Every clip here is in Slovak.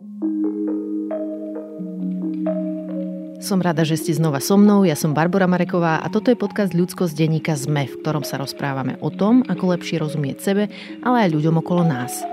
Som rada, že ste znova so mnou, ja som Barbora Mareková a toto je podcast Ľudskosť denníka SME, v ktorom sa rozprávame o tom, ako lepšie rozumieť sebe, ale aj ľuďom okolo nás.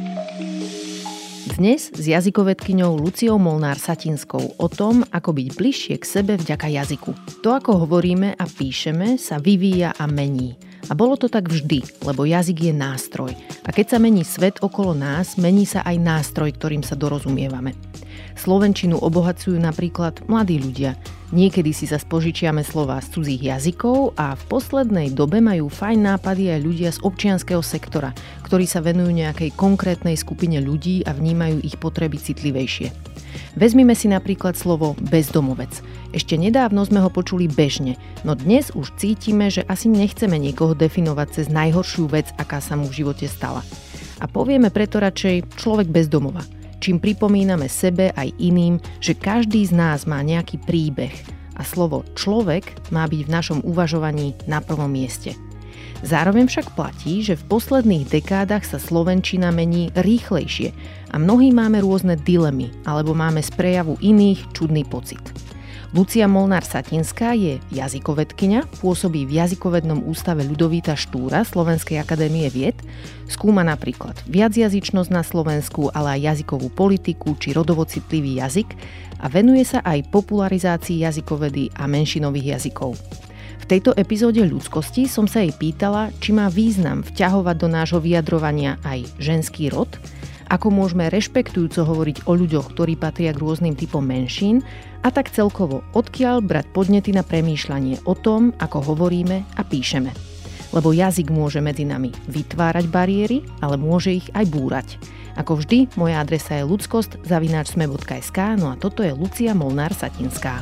Dnes s jazykovedkyňou Luciou Molnár-Satinskou o tom, ako byť bližšie k sebe vďaka jazyku. To, ako hovoríme a píšeme, sa vyvíja a mení. A bolo to tak vždy, lebo jazyk je nástroj. A keď sa mení svet okolo nás, mení sa aj nástroj, ktorým sa dorozumievame. Slovenčinu obohacujú napríklad mladí ľudia. Niekedy si sa požičiame slová z cudzích jazykov a v poslednej dobe majú fajn nápady aj ľudia z občianskeho sektora, ktorí sa venujú nejakej konkrétnej skupine ľudí a vnímajú ich potreby citlivejšie. Vezmime si napríklad slovo bezdomovec. Ešte nedávno sme ho počuli bežne, no dnes už cítime, že asi nechceme niekoho definovať cez najhoršiu vec, aká sa mu v živote stala. A povieme preto radšej človek bez domova, čím pripomíname sebe aj iným, že každý z nás má nejaký príbeh a slovo človek má byť v našom uvažovaní na prvom mieste. Zároveň však platí, že v posledných dekádach sa slovenčina mení rýchlejšie a mnohí máme rôzne dilemy alebo máme z prejavu iných čudný pocit. Lucia Molnár-Satinská je jazykovedkyňa, pôsobí v Jazykovednom ústave Ľudovíta Štúra Slovenskej akadémie vied, skúma napríklad viacjazyčnosť na Slovensku, ale aj jazykovú politiku či rodovo citlivý jazyk a venuje sa aj popularizácii jazykovedy a menšinových jazykov. V tejto epizóde Ľudskosti som sa jej pýtala, či má význam vťahovať do nášho vyjadrovania aj ženský rod, ako môžeme rešpektujúco hovoriť o ľuďoch, ktorí patria k rôznym typom menšín a tak celkovo odkiaľ brať podnety na premýšľanie o tom, ako hovoríme a píšeme. Lebo jazyk môže medzi nami vytvárať bariéry, ale môže ich aj búrať. Ako vždy, moja adresa je ludskost@sme.sk, no a toto je Lucia Molnár-Satinská.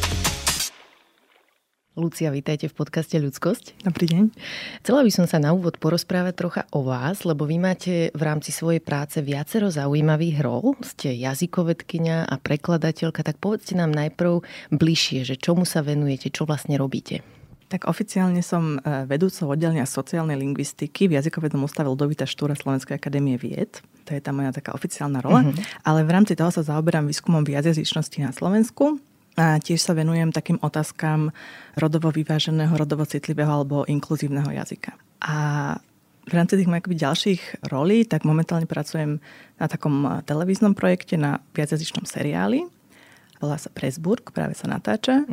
Lucia, vítajte v podcaste Ľudskosť. Dobrý deň. Chcela by som sa na úvod porozprávať trocha o vás, lebo vy máte v rámci svojej práce viacero zaujímavých rol. Ste jazykovedkyňa a prekladateľka, tak povedzte nám najprv bližšie, že čomu sa venujete, čo vlastne robíte. Tak oficiálne som vedúcou oddelenia sociálnej lingvistiky v Jazykovednom ústave Ľudovíta Štúra Slovenskej akadémie vied. To je tá moja taká oficiálna rola. Ale v rámci toho sa zaoberám výskumom viacjazyčnosti na Slovensku. A tiež sa venujem takým otázkam rodovo vyváženého, rodovo citlivého alebo inkluzívneho jazyka. A v rámci tých mojich ďalších rolí, tak momentálne pracujem na takom televíznom projekte, na viacjazyčnom seriáli. Volá sa Pressburg, práve sa natáča.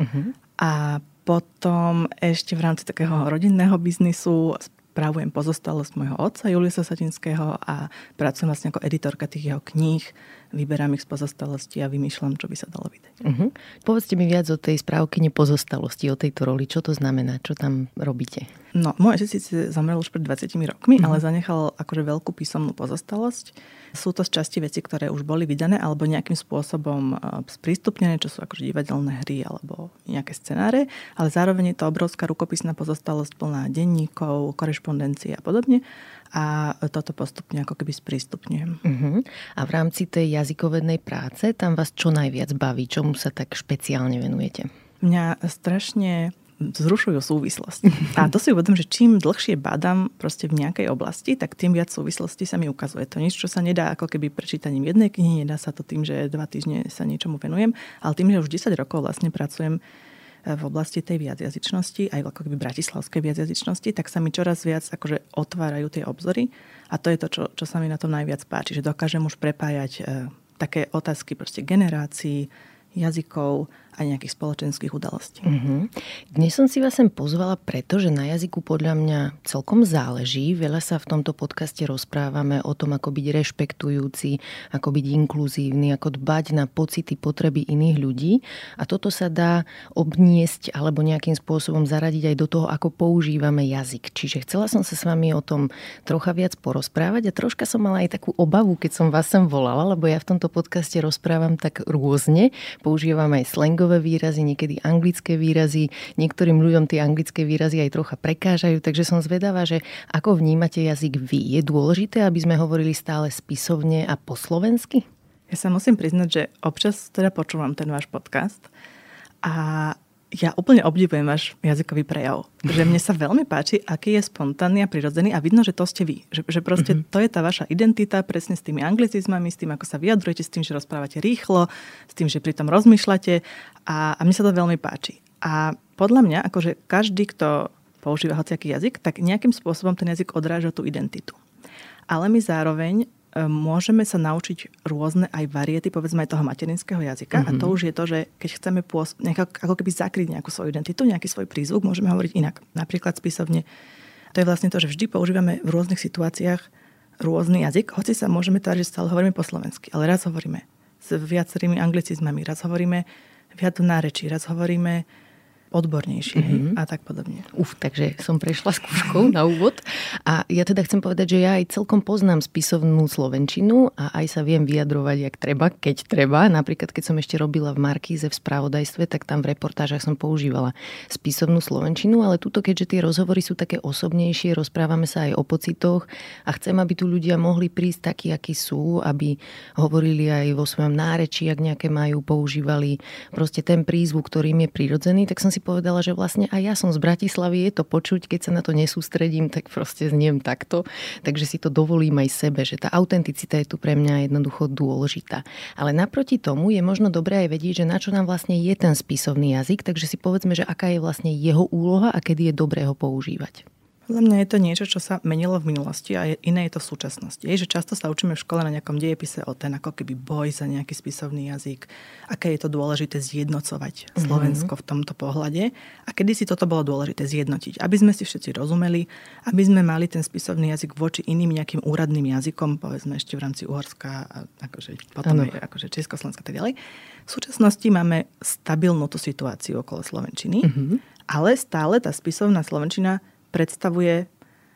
A potom ešte v rámci takého rodinného biznisu spravujem pozostalosť môjho otca Juliusa Satinského a pracujem vlastne ako editorka tých jeho kníh. Vyberám ich z pozostalosti a vymýšľam, čo by sa dalo vydať. Povedzte mi viac o tej správkyni pozostalosti, o tejto roli. Čo to znamená? Čo tam robíte? No, môj otec síce zomrel už pred 20 rokmi, ale zanechal akože veľkú písomnú pozostalosť. Sú to z časti veci, ktoré už boli vydané alebo nejakým spôsobom sprístupnené, čo sú akože divadelné hry alebo nejaké scenáre, ale zároveň je to obrovská rukopisná pozostalosť plná denníkov, korešpondencie a podobne. A toto postupne ako keby sprístupňujem. A v rámci tej jazykovednej práce tam vás čo najviac baví? Čomu sa tak špeciálne venujete? Mňa strašne vzrušujú súvislosti. A to si uvedom, že čím dlhšie badám proste v nejakej oblasti, tak tým viac súvislostí sa mi ukazuje. To nič, čo sa nedá ako keby prečítaním jednej knihy, nedá sa to tým, že 2 týždne sa niečomu venujem, ale tým, že už 10 rokov vlastne pracujem v oblasti tej viacjazyčnosti, aj ako keby bratislavskej viacjazyčnosti, tak sa mi čoraz viac akože otvárajú tie obzory a to je to, čo sa mi na tom najviac páči, že dokážem už prepájať také otázky proste generácií, jazykov a nejakých spoločenských udalostí. Dnes som si vás sem pozvala, pretože na jazyku podľa mňa celkom záleží. Veľa sa v tomto podcaste rozprávame o tom, ako byť rešpektujúci, ako byť inkluzívny, ako dbať na pocity, potreby iných ľudí. A toto sa dá obniesť alebo nejakým spôsobom zaradiť aj do toho, ako používame jazyk. Čiže chcela som sa s vami o tom trocha viac porozprávať a troška som mala aj takú obavu, keď som vás sem volala, lebo ja v tomto podcaste rozprávam tak rôzne. Používam aj slangové výrazy, niekedy anglické výrazy. Niektorým ľuďom tie anglické výrazy aj trocha prekážajú, takže som zvedavá, že ako vnímate jazyk vy. Je dôležité, aby sme hovorili stále spisovne a po slovensky? Ja sa musím priznať, že občas teda počúvam ten váš podcast a Ja úplne obdivujem váš jazykový prejav. Že mne sa veľmi páči, aký je spontánny a prirodzený a vidno, že to ste vy. Že proste to je tá vaša identita presne s tými anglicizmami, s tým, ako sa vyjadrujete, s tým, že rozprávate rýchlo, s tým, že pritom rozmýšľate a mne sa to veľmi páči. A podľa mňa, akože každý, kto používa hociaký jazyk, tak nejakým spôsobom ten jazyk odráža tú identitu. Ale my zároveň môžeme sa naučiť rôzne aj variety, povedzme aj toho materinského jazyka. A to už je to, že keď chceme ako keby zakryť nejakú svoju identitu, nejaký svoj prízvuk, môžeme hovoriť inak. Napríklad spisovne. To je vlastne to, že vždy používame v rôznych situáciách rôzny jazyk, hoci sa môžeme tváriť, že stále hovoríme po slovensky. Ale raz hovoríme s viacerými anglicizmami, raz hovoríme viac nárečí, raz hovoríme odbornejšie a tak podobne. Takže som prešla skúškou na úvod a ja teda chcem povedať, že ja aj celkom poznám spisovnú slovenčinu a aj sa viem vyjadrovať, jak treba, keď treba. Napríklad, keď som ešte robila v Markíze v spravodajstve, tak tam v reportážach som používala spisovnú slovenčinu, ale tuto, keďže tie rozhovory sú také osobnejšie, rozprávame sa aj o pocitoch a chcem, aby tu ľudia mohli prísť takí, akí sú, aby hovorili aj vo svojom nárečí, ak nejaké majú, používali proste ten prízvuk, ktorým je prirodzený, tak som si povedala, že vlastne aj ja som z Bratislavy, je to počuť, keď sa na to nesústredím, tak proste zniem takto. Takže si to dovolím aj sebe, že tá autenticita je tu pre mňa jednoducho dôležitá. Ale naproti tomu je možno dobré aj vedieť, že na čo nám vlastne je ten spisovný jazyk, takže si povedzme, že aká je vlastne jeho úloha a kedy je dobré ho používať. Podľa mňa je to niečo, čo sa menilo v minulosti a iné je to v súčasnosti. Je, že často sa učíme v škole na nejakom dejepise o ten ako keby boj za nejaký spisovný jazyk, aké je to dôležité zjednocovať Slovensko v tomto pohľade a kedy si toto bolo dôležité zjednotiť, aby sme si všetci rozumeli, aby sme mali ten spisovný jazyk voči iným nejakým úradným jazykom, povedzme ešte v rámci Uhorska a potom je akože Československa a tak ďalej. V súčasnosti máme stabilnú tú situáciu okolo slovenčiny, ale stále tá spisovná slovenčina predstavuje,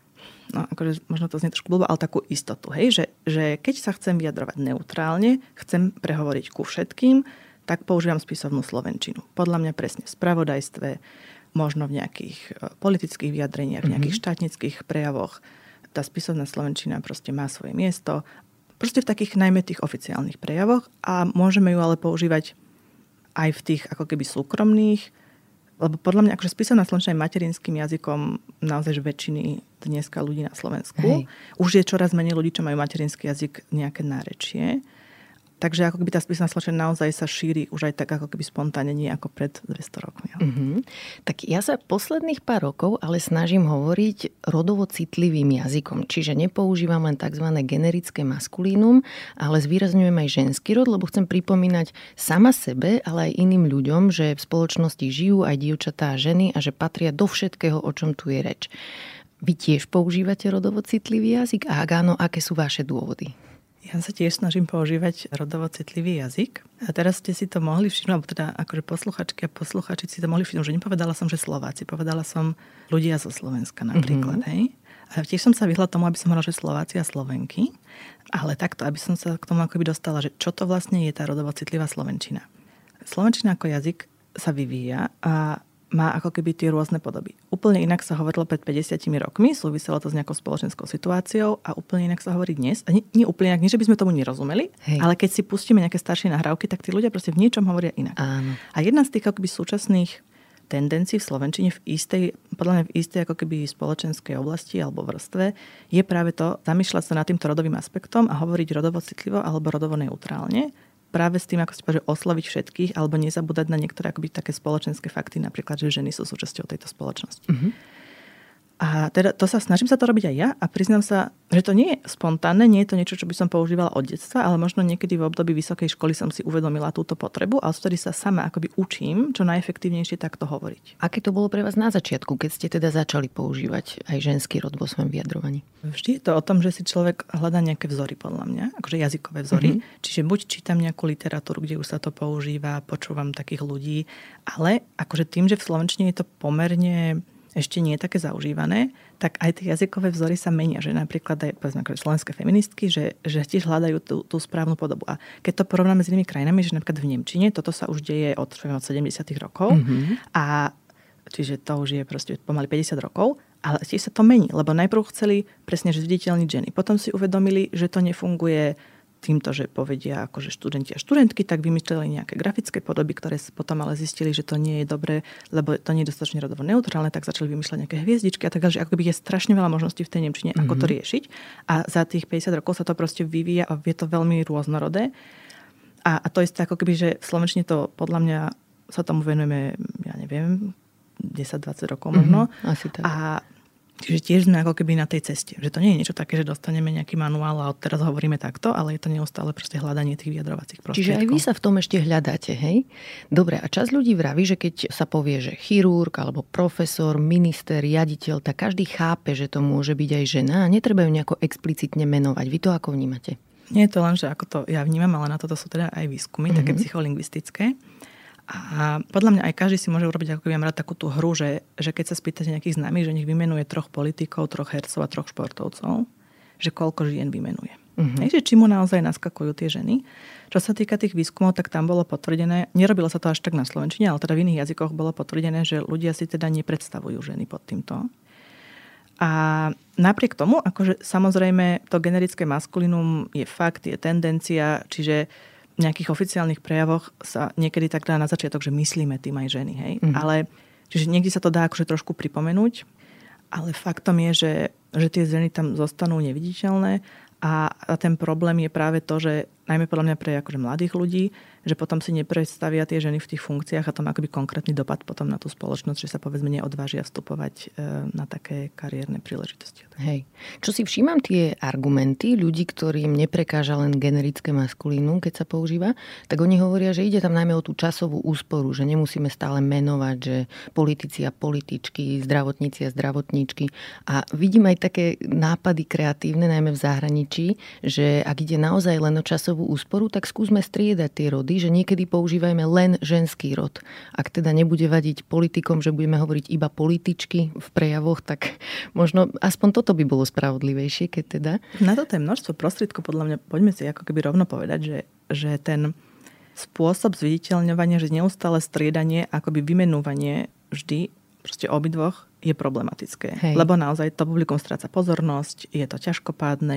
akože možno to znie trošku blbo, ale takú istotu, hej? Že keď sa chcem vyjadrovať neutrálne, chcem prehovoriť ku všetkým, tak používam spisovnú slovenčinu. Podľa mňa presne v spravodajstve, možno v nejakých politických vyjadreniach, v nejakých štátnických prejavoch. Tá spisovná slovenčina proste má svoje miesto. Proste v takých najmä tých oficiálnych prejavoch a môžeme ju ale používať aj v tých ako keby súkromných, lebo podľa mňa akože spisovná slovenčina je materinským jazykom naozaj väčšiny dneska ľudí na Slovensku. Hej. Už je čoraz menej ľudí, čo majú materinský jazyk nejaké nárečie. Takže ako keby tá spisovná slovenčina naozaj sa šíri už aj tak ako keby spontánne, nie ako pred 200 rokmi. Tak ja sa posledných pár rokov ale snažím hovoriť rodovo citlivým jazykom. Čiže nepoužívam len tzv. Generické maskulínum, ale zvýrazňujem aj ženský rod, lebo chcem pripomínať sama sebe, ale aj iným ľuďom, že v spoločnosti žijú aj dievčatá a ženy a že patria do všetkého, o čom tu je reč. Vy tiež používate rodovo citlivý jazyk? A ak áno, aké sú vaše dôvody? Ja sa tiež snažím používať rodovo citlivý jazyk. A teraz ste si to mohli všimnúť, alebo teda akože posluchačky a posluchači si to mohli všimnúť, že nepovedala som, že Slováci, povedala som ľudia zo Slovenska napríklad. Hej? A tiež som sa vyhla tomu, aby som hovorila, že Slováci a Slovenky. Ale takto, aby som sa k tomu akoby dostala, že čo to vlastne je tá rodovo citlivá slovenčina. Slovenčina ako jazyk sa vyvíja a má ako keby tie rôzne podoby. Úplne inak sa hovorilo pred 50 rokmi, súviselo to s nejakou spoločenskou situáciou a úplne inak sa hovorí dnes. A nie úplne inak, nie že by sme tomu nerozumeli, ale keď si pustíme nejaké staršie nahrávky, tak tí ľudia proste v niečom hovoria inak. Áno. A jedna z tých ako keby súčasných tendencií v slovenčine podľa mňa v istej ako keby spoločenskej oblasti alebo vrstve je práve to zamýšľať sa nad týmto rodovým aspektom a hovoriť rodovo citlivo alebo rodovo neutrálne. Práve s tým, ako si povedal, osloviť všetkých alebo nezabúdať na niektoré akoby také spoločenské fakty, napríklad, že ženy sú súčasťou tejto spoločnosti. A teda snažím sa to robiť aj ja a priznám sa, že to nie je spontánne, nie je to niečo, čo by som používala od detstva, ale možno niekedy v období vysokej školy som si uvedomila túto potrebu a odtedy sa sama akoby učím, čo najefektívnejšie takto hovoriť. Aké to bolo pre vás na začiatku, keď ste teda začali používať aj ženský rod vo svojom vyjadrovaní? Vždy je to o tom, že si človek hľadá nejaké vzory, podľa mňa, akože jazykové vzory. Čiže buď čítam nejakú literatúru, kde už sa to používa, počúvam takých ľudí, ale akože tým, že v slovenčine je to pomerne ešte nie je také zaužívané, tak aj tie jazykové vzory sa menia. Že napríklad aj povedzme, slovenské feministky, že tiež hľadajú tú správnu podobu. A keď to porovnáme s inými krajinami, že napríklad v nemčine, toto sa už deje od 70. rokov. A čiže to už je proste pomaly 50 rokov, ale tiež sa to mení, lebo najprv chceli presne že zviditeľniť ženy. Potom si uvedomili, že to nefunguje týmto, že povedia akože študenti a študentky, tak vymysleli nejaké grafické podoby, ktoré potom ale zistili, že to nie je dobré, lebo to nie je dostatočne rodovo neutrálne, tak začali vymýšľať nejaké hviezdičky a tak ďalej, že akoby je strašne veľa možností v tej nemčine, ako to riešiť. A za tých 50 rokov sa to proste vyvíja a je to veľmi rôznorodé. A to isté ako keby, že v slovenčine to podľa mňa sa tomu venujeme, ja neviem, 10-20 rokov možno. Asi tak. A čiže tiež sme ako keby na tej ceste. Že to nie je niečo také, že dostaneme nejaký manuál a teraz hovoríme takto, ale je to neustále proste hľadanie tých vyjadrovacích prostriedkov. Čiže aj vy sa v tom ešte hľadáte, hej? Dobre, a časť ľudí vraví, že keď sa povie, že chirurg alebo profesor, minister, riaditeľ, tak každý chápe, že to môže byť aj žena a netreba ju nejako explicitne menovať. Vy to ako vnímate? Nie je to len, že ako to ja vnímam, ale na toto sú teda aj výskumy, také psycholingvistické. A podľa mňa aj každý si môže urobiť, ako ja rád, takú tú hru, že keď sa spýtate nejakých známych, že nech vymenuje 3 politikov, 3 hercov a 3 športovcov, že koľko žien vymenuje. Že či mu naozaj naskakujú tie ženy. Čo sa týka tých výskumov, tak tam bolo potvrdené, nerobilo sa to až tak na slovenčine, ale teda v iných jazykoch bolo potvrdené, že ľudia si teda nepredstavujú ženy pod týmto. A napriek tomu, akože samozrejme to generické maskulinum je fakt, je tendencia, čiže v nejakých oficiálnych prejavoch sa niekedy tak dá na začiatok, že myslíme tým aj ženy, hej. Ale čiže niekde sa to dá akože trošku pripomenúť, ale faktom je, že tie ženy tam zostanú neviditeľné a ten problém je práve to, že najmä podľa mňa pre akože mladých ľudí, že potom si nepredstavia tie ženy v tých funkciách a to má akoby konkrétny dopad potom na tú spoločnosť, že sa povedzme neodvážia vstupovať na také kariérne príležitosti. Hej. Čo si všímam tie argumenty ľudí, ktorým neprekáža len generické maskulínum, keď sa používa, tak oni hovoria, že ide tam najmä o tú časovú úsporu, že nemusíme stále menovať, že politici a političky, zdravotníci a zdravotníčky. A vidím aj také nápady kreatívne, najmä v zahraničí, že ak ide naozaj len o časovú úsporu, tak skúsme striedať tie rody, že niekedy používajme len ženský rod. Ak teda nebude vadiť politikom, že budeme hovoriť iba političky v prejavoch, tak možno aspoň toto by bolo spravodlivejšie, keď teda. Na toto je množstvo prostriedkov, podľa mňa, poďme si ako keby rovno povedať, že ten spôsob zviditeľňovania, že neustále striedanie, akoby vymenúvanie vždy proste obidvoch je problematické. Hej. Lebo naozaj to publikum stráca pozornosť, je to ťažkopádne,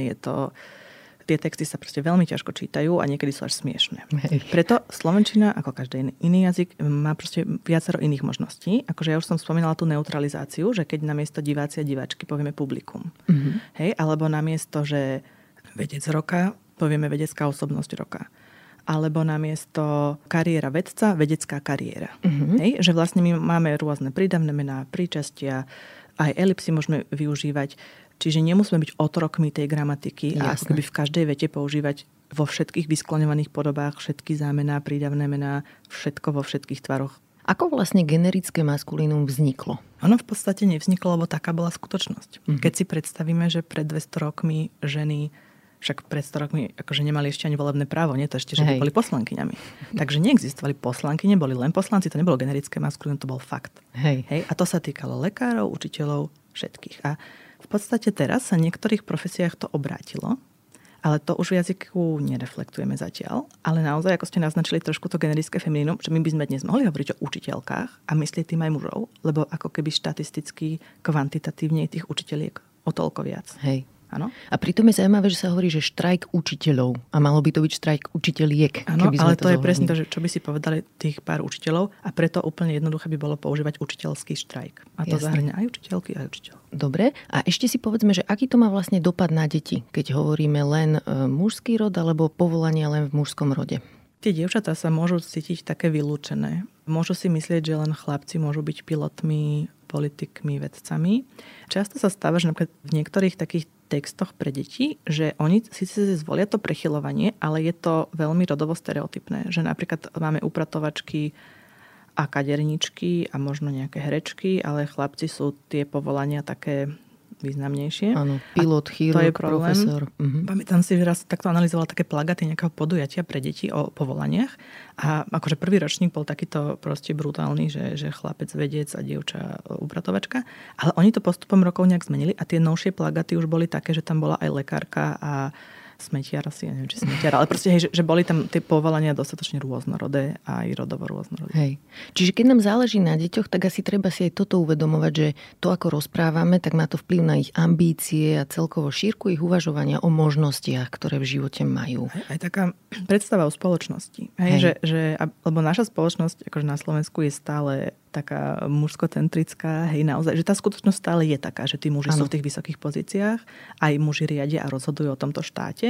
tie texty sa proste veľmi ťažko čítajú a niekedy sú až smiešné. Hej. Preto slovenčina, ako každý iný jazyk, má proste viacero iných možností. Akože ja už som spomínala tú neutralizáciu, že keď namiesto diváci a diváčky povieme publikum. Hej, alebo namiesto, že vedec roka, povieme vedecká osobnosť roka. Alebo namiesto kariéra vedca, vedecká kariéra. Hej, že vlastne my máme rôzne prídavné mená, príčastia, aj elipsy môžeme využívať. Čiže nemusíme byť otrokmi tej gramatiky a ako keby v každej vete používať vo všetkých vyskloňovaných podobách všetky zámená, prídavné mená, všetko vo všetkých tvaroch. Ako vlastne generické maskulínum vzniklo? Ono v podstate nevzniklo, lebo taká bola skutočnosť. Keď si predstavíme, že pred 200 rokmi ženy, však pred 100 rokmi akože nemali ešte ani volebné právo, nie to ešte, že by boli poslankyňami. Takže neexistovali poslanky, neboli len poslanci, to nebolo generické maskulínum, to bol fakt. Hej. A to sa týkalo lekárov, učiteľov, všetkých. A v podstate teraz sa v niektorých profesiách to obrátilo, ale to už v jazyku nereflektujeme zatiaľ. Ale naozaj, ako ste naznačili trošku to generické feminínum, že my by sme dnes mohli hovoriť o učiteľkách a myslieť tým aj mužov, lebo ako keby štatisticky, kvantitatívne tých učiteľiek o toľko viac. Hej. Áno. A pritom je zaujímavé, že sa hovorí, že štrajk učiteľov. A malo by to byť štrajk učiteľiek. Áno, ale to je presne to, že čo by si povedali tých pár učiteľov a preto úplne jednoduché by bolo používať učiteľský štrajk. A to zahŕňa aj učiteľky, aj učiteľov. Dobre. A ešte si povedzme, že aký to má vlastne dopad na deti, keď hovoríme len mužský rod alebo povolanie len v mužskom rode? Tie dievčatá sa môžu cítiť také vylúčené. Môžu si myslieť, že len chlapci môžu byť pilotmi, politikmi, vedcami. Často sa stáva, že napríklad v niektorých takých textoch pre deti, že oni síce zvolia to prechyľovanie, ale je to veľmi rodovo stereotypné. Že napríklad máme upratovačky a kaderničky a možno nejaké herečky, ale chlapci sú tie povolania také významnejšie. Áno, pilot, chirurg, profesor. Pamätám si, že raz takto analyzovala také plagaty nejakého podujatia pre deti o povolaniach a akože prvý ročník bol takýto proste brutálny, že chlapec vedec a dievča upratovačka, ale oni to postupom rokov nejak zmenili a tie novšie plagaty už boli také, že tam bola aj lekárka a smetiar asi, ja neviem, či smetiar, ale proste, hej, že boli tam tie povolania dostatočne rôznorodé a aj rodovo rôznorodé. Hej. Čiže keď nám záleží na deťoch, tak asi treba si aj toto uvedomovať, že to, ako rozprávame, tak má to vplyv na ich ambície a celkovo šírku ich uvažovania o možnostiach, ktoré v živote majú. Aj taká predstava o spoločnosti. Hej. Lebo naša spoločnosť akože na Slovensku je stále taká mužskocentrická, hej, naozaj, že tá skutočnosť stále je taká, že tí muži sú v tých vysokých pozíciách, aj muži riadia a rozhodujú o tomto štáte.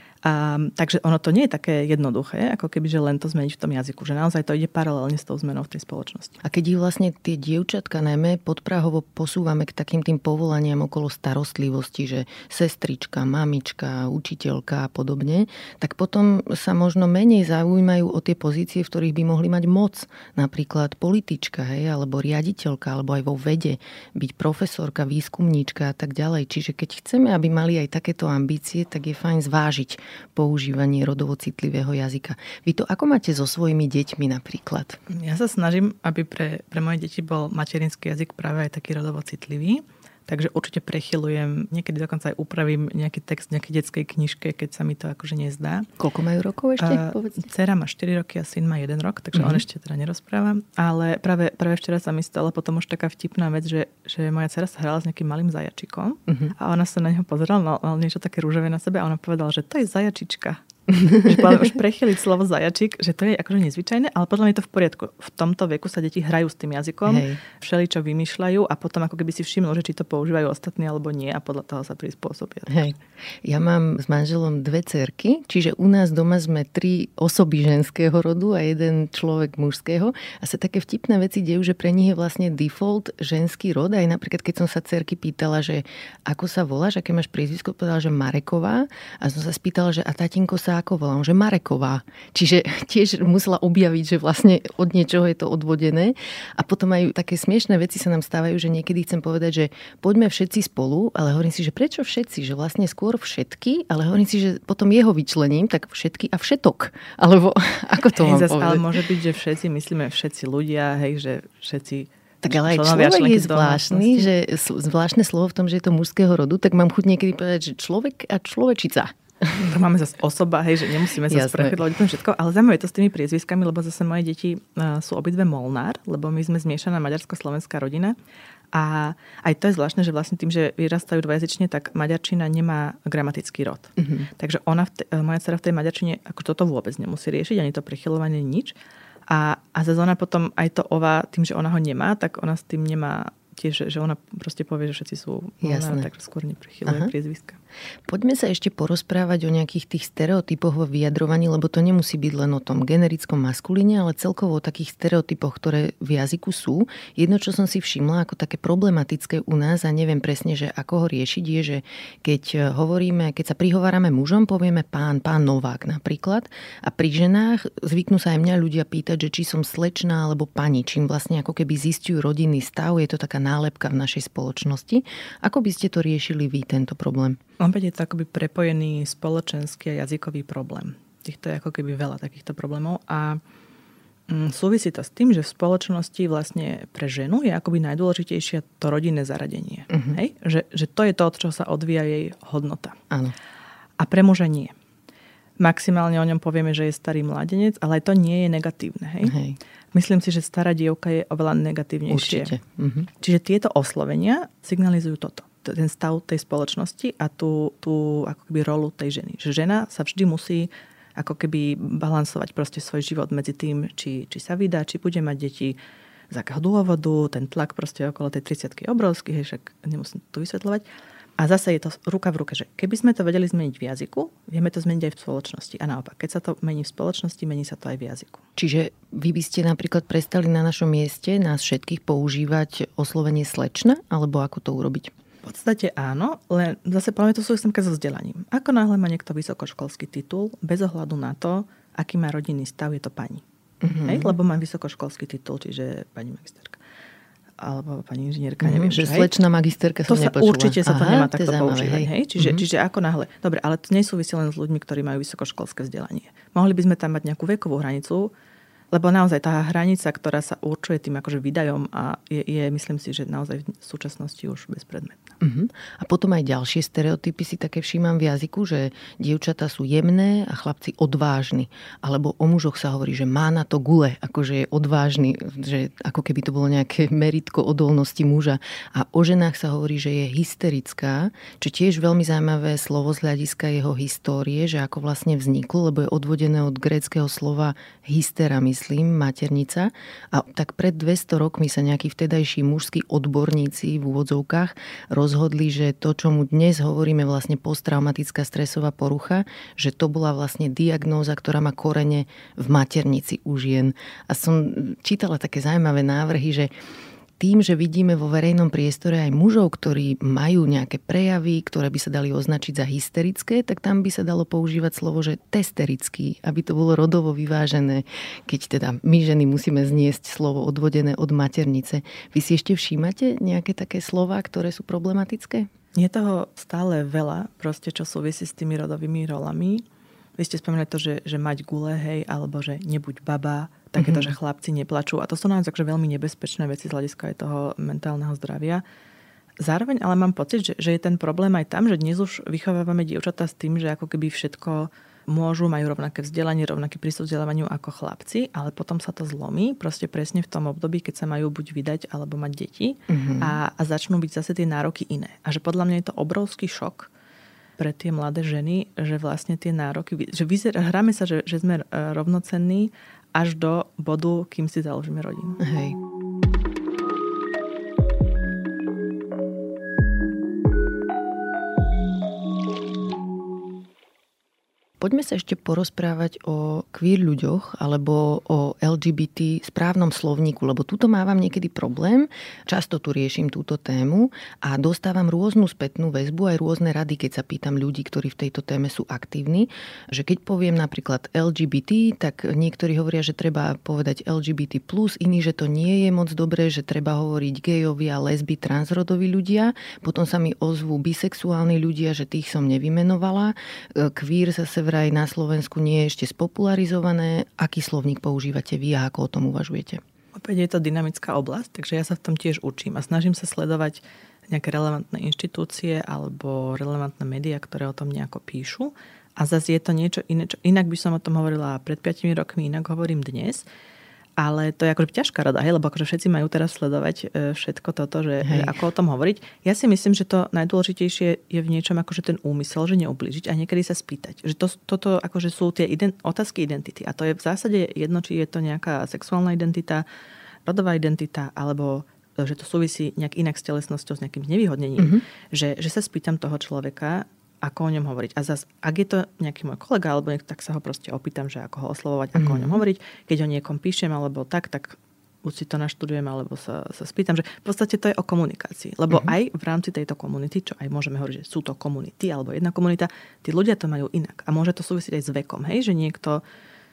Takže ono to nie je také jednoduché, ako keby, že len to zmeniť v tom jazyku, že naozaj to ide paralelne s tou zmenou v tej spoločnosti. A keď ich vlastne tie dievčatka najmä podprahovo posúvame k takým tým povolaniam okolo starostlivosti, že sestrička, mamička, učiteľka a podobne, tak potom sa možno menej zaujímajú o tie pozície, v ktorých by mohli mať moc. Napríklad politička, hej, alebo riaditeľka, alebo aj vo vede, byť profesorka, výskumníčka a tak ďalej. Čiže keď chceme, aby mali aj takéto ambície, tak je fajn zvážiť používanie rodovo citlivého jazyka. Vy to ako máte so svojimi deťmi napríklad? Ja sa snažím, aby pre moje deti bol materinský jazyk práve aj taký rodovo citlivý. Takže určite prechylujem, niekedy dokonca aj upravím nejaký text v nejakej detskej knižke, keď sa mi to akože nezdá. Koľko majú rokov ešte? Dcera má 4 roky a syn má 1 rok, takže on ešte teda nerozpráva. Ale práve včera sa mi stala potom už taká vtipná vec, že moja dcera sa hrala s nejakým malým zajačikom a ona sa na neho pozerala, mal niečo také rúžové na sebe a ona povedala, že to je zajačička. Že už prechyliť slovo zajačik, že to je akože nezvyčajné, ale podľa mňa je to v poriadku. V tomto veku sa deti hrajú s tým jazykom, všeličo vymýšľajú a potom ako keby si všimnú, že či to používajú ostatní alebo nie a podľa toho sa prispôsobia. Hej. Ja mám s manželom 2 dcerky, čiže u nás doma sme 3 osoby ženského rodu a 1 človek mužského a sa také vtipné veci dejú, že pre nich je vlastne default ženský rod. Aj napríklad, keď som sa dcerky pýtala, že ako sa voláš, aké máš priezvisko, povedala, že Mareková a som sa spýtala, že a tatínko sa ako volám, že Mareková. Čiže tiež musela objaviť, že vlastne od niečoho je to odvodené. A potom aj také smiešné veci sa nám stávajú, že niekedy chcem povedať, že poďme všetci spolu, ale hovorím si, že prečo všetci? Že vlastne skôr všetky, ale hovorím si, že potom jeho vyčlením, tak všetky a všetok. Alebo ako to mám povedať? Ale môže byť, že všetci, myslíme všetci ľudia, hej, že všetci. Tak ale aj človek je zvláštny, že zvláštne slovo v tom, že je to mužského rodu, tak mám chuť niekedy povedať, že človek a človečica. Máme zase osoba, hej, že nemusíme sa sprechydlovať úplne všetko, ale zaujímavé je to s tými priezviskami, lebo zase moje deti sú obidve Molnár, lebo my sme zmiešaná maďarsko-slovenská rodina a aj to je zvláštne, že vlastne tým, že vyrastajú dvojazyčne, tak maďarčina nemá gramatický rod. Takže moja dcera v tej maďarčine ako toto vôbec nemusí riešiť, ani to prechyľovanie, nič. A zase ona potom aj to ova, tým, že ona ho nemá, tak ona s tým nemá tiež, že ona proste povie, že všetci sú Molnár, tak skôr neprechyluje priezviska. Poďme sa ešte porozprávať o nejakých tých stereotypoch vo vyjadrovaní, lebo to nemusí byť len o tom generickom maskulíne, ale celkovo o takých stereotypoch, ktoré v jazyku sú. Jedno, čo som si všimla ako také problematické u nás a neviem presne, že ako ho riešiť, je, že keď sa prihovárame mužom, povieme pán Novák napríklad a pri ženách zvyknú sa aj mňa ľudia pýtať, že či som slečná alebo pani, čím vlastne ako keby zistujú rodinný stav, je to taká nálepka v našej spoločnosti. Ako by ste to riešili vy, tento problém? Opäť je to akoby prepojený spoločenský a jazykový problém. Týchto je ako keby veľa takýchto problémov a súvisí to s tým, že v spoločnosti vlastne pre ženu je akoby najdôležitejšie to rodinné zaradenie. Hej? Že to je to, od čoho sa odvíja jej hodnota. Áno. A pre muža nie. Maximálne o ňom povieme, že je starý mladenec, ale aj to nie je negatívne. Hej? Myslím si, že stará dievka je oveľa negatívnejšie. Určite. Čiže tieto oslovenia signalizujú toto. Ten stav tej spoločnosti a tú ako keby rolu tej ženy. Že žena sa vždy musí ako keby balansovať proste svoj život medzi tým, či sa vydá, či bude mať deti, z akého dôvodu, ten tlak proste okolo tej 30-ky obrovský, hej, však nemusím to vysvetľovať. A zase je to ruka v ruke, že keby sme to vedeli zmeniť v jazyku, vieme to zmeniť aj v spoločnosti. A naopak, keď sa to mení v spoločnosti, mení sa to aj v jazyku. Čiže vy by ste napríklad prestali na našom mieste nás všetkých používať oslovenie slečna, alebo ako to urobiť? V podstate áno, len zase poviem to súvisím so vzdelaním. Ako náhle má niekto vysokoškolský titul, bez ohľadu na to, aký má rodinný stav, je to pani. Hej? Lebo má vysokoškolský titul, čiže pani magisterka. Alebo pani inžinierka, neviem. Že slečná magisterka som nepočula. Určite sa to nemá takto používať. Hej? Čiže ako náhle. Dobre, ale to nesúvisí len s ľuďmi, ktorí majú vysokoškolské vzdelanie. Mohli by sme tam mať nejakú vekovú hranicu, lebo naozaj tá hranica, ktorá sa určuje tým akože výdajom a je myslím si, že naozaj v súčasnosti už bezpredmetná. A potom aj ďalšie stereotypy si také všímam v jazyku, že dievčatá sú jemné a chlapci odvážni. Alebo o mužoch sa hovorí, že má na to gule, akože je odvážny, že ako keby to bolo nejaké meritko odolnosti muža. A o ženách sa hovorí, že je hysterická, čo tiež veľmi zaujímavé slovo z hľadiska jeho histórie, že ako vlastne vzniklo, lebo je odvodené od gréckeho slova hystera, myslím, maternica. A tak pred 200 rokmi sa nejakí vtedajší mužskí odborníci v úvodzovkách rozhodli, že to, čo mu dnes hovoríme vlastne posttraumatická stresová porucha, že to bola vlastne diagnóza, ktorá má korene v maternici u žien. A som čítala také zaujímavé návrhy, že tým, že vidíme vo verejnom priestore aj mužov, ktorí majú nejaké prejavy, ktoré by sa dali označiť za hysterické, tak tam by sa dalo používať slovo, že testerický, aby to bolo rodovo vyvážené, keď teda my ženy musíme zniesť slovo odvodené od maternice. Vy si ešte všímate nejaké také slová, ktoré sú problematické? Je toho stále veľa, proste, čo súvisí s tými rodovými rolami. Vy ste spomínali to, že mať gule, hej, alebo že nebuď baba, takéto, že chlapci neplačú. A to sú naozaj veľmi nebezpečné veci z hľadiska aj toho mentálneho zdravia. Zároveň ale mám pocit, že je ten problém aj tam, že dnes už vychovávame dievčatá s tým, že ako keby všetko môžu, majú rovnaké vzdelanie, rovnaký prístup k vzdelávaniu ako chlapci, ale potom sa to zlomí, proste presne v tom období, keď sa majú buď vydať alebo mať deti a začnú byť zase tie nároky iné. A že podľa mňa je to obrovský šok pre tie mladé ženy, že vlastne tie nároky, že hráme sa, že sme rovnocenní až do bodu, kým si založíme rodinu. Hej. Poďme sa ešte porozprávať o queer ľuďoch alebo o LGBT správnom slovníku, lebo tuto mávam niekedy problém. Často tu riešim túto tému a dostávam rôznu spätnú väzbu aj rôzne rady, keď sa pýtam ľudí, ktorí v tejto téme sú aktívni. Že keď poviem napríklad LGBT, tak niektorí hovoria, že treba povedať LGBT+, iní, že to nie je moc dobré, že treba hovoriť gejovia, lesby, transrodoví ľudia. Potom sa mi ozvú bisexuálni ľudia, že tých som nevymenovala. Queer zase vraj na Slovensku nie je ešte spopularizované. Aký slovník používate vy a ako o tom uvažujete? Opäť je to dynamická oblasť, takže ja sa v tom tiež učím a snažím sa sledovať nejaké relevantné inštitúcie alebo relevantné médiá, ktoré o tom nejako píšu. A zase je to niečo iné. Inak by som o tom hovorila pred 5 rokmi, inak hovorím dnes. Ale to je akože ťažká rada, hej, lebo akože všetci majú teraz sledovať všetko toto, že ako o tom hovoriť. Ja si myslím, že to najdôležitejšie je v niečom akože ten úmysel, že neublížiť a niekedy sa spýtať. Že toto akože sú tie otázky identity. A to je v zásade jedno, či je to nejaká sexuálna identita, rodová identita, alebo že to súvisí nejak inak s telesnosťou, s nejakým znevýhodnením. Že sa spýtam toho človeka, ako o ňom hovoriť. A zase, ak je to nejaký môj kolega, alebo niekto, tak sa ho proste opýtam, že ako ho oslovovať, ako o ňom hovoriť. Keď o niekom píšem, alebo tak buď si to naštudujem, alebo sa spýtam, že v podstate to je o komunikácii. Lebo aj v rámci tejto komunity, čo aj môžeme hovoriť, že sú to komunity, alebo jedna komunita, tí ľudia to majú inak. A môže to súvisieť aj s vekom, hej? Že niekto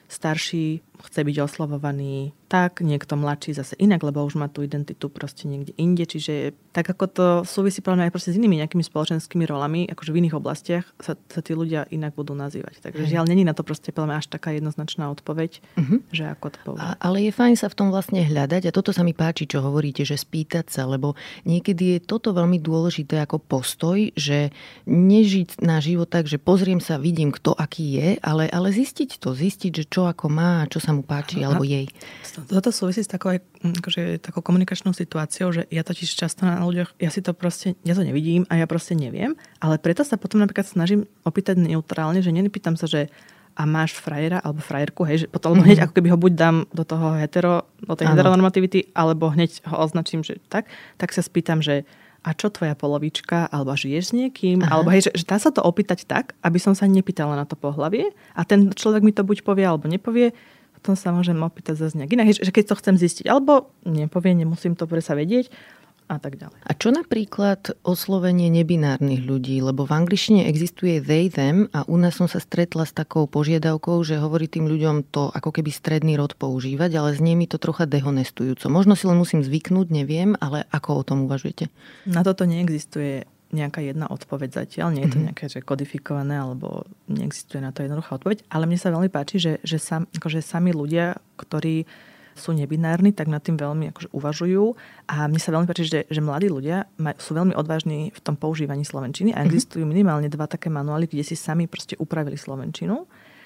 starší chce byť oslovovaný tak, niekto mladší zase inak, lebo už má tú identitu proste niekde inde. Čiže tak ako to súvisí aj proste s inými nejakými spoločenskými rolami, akože v iných oblastiach sa tí ľudia inak budú nazývať. Takže žiaľ, není na to proste až taká jednoznačná odpoveď, že ako to povedať. Ale je fajn sa v tom vlastne hľadať a toto sa mi páči, čo hovoríte, že spýtať sa, lebo niekedy je toto veľmi dôležité ako postoj, že nežiť na život tak, že pozriem sa, vidím, kto aký je, ale zistiť, že čo ako má, čo sa mu páči, alebo jej. Toto súvisí s takou komunikačnou situáciou, že ja totiž často na ľuďoch, ja to nevidím a ja proste neviem, ale preto sa potom napríklad snažím opýtať neutrálne, že nepýtam sa, že a máš frajera alebo frajerku, hej, že potom hneď ako keby ho buď dám do toho do tej heteronormativity, alebo hneď ho označím, že tak sa spýtam, že a čo tvoja polovička, alebo žiješ s niekým, alebo hej, že dá sa to opýtať tak, aby som sa nepýtala na to pohlavie a ten človek mi to buď povie, alebo nepovie, potom sa môžem opýtať zase nejak inak, že keď to chcem zistiť, alebo nepovie, nemusím to sa vedieť a tak ďalej. A čo napríklad oslovenie nebinárnych ľudí? Lebo v angličtine existuje they, them a u nás som sa stretla s takou požiadavkou, že hovorí tým ľuďom to ako keby stredný rod používať, ale znie mi to trocha dehonestujúco. Možno si len musím zvyknúť, neviem, ale ako o tom uvažujete? Na toto neexistuje nejaká jedna odpoveď zatiaľ. Nie je to nejaké že kodifikované, alebo neexistuje na to jednoduchá odpoveď. Ale mne sa veľmi páči, že sami ľudia, ktorí sú nebinárni, tak nad tým veľmi akože uvažujú. A mne sa veľmi páči, že mladí ľudia sú veľmi odvážni v tom používaní slovenčiny a existujú minimálne 2 také manuály, kde si sami proste upravili slovenčinu.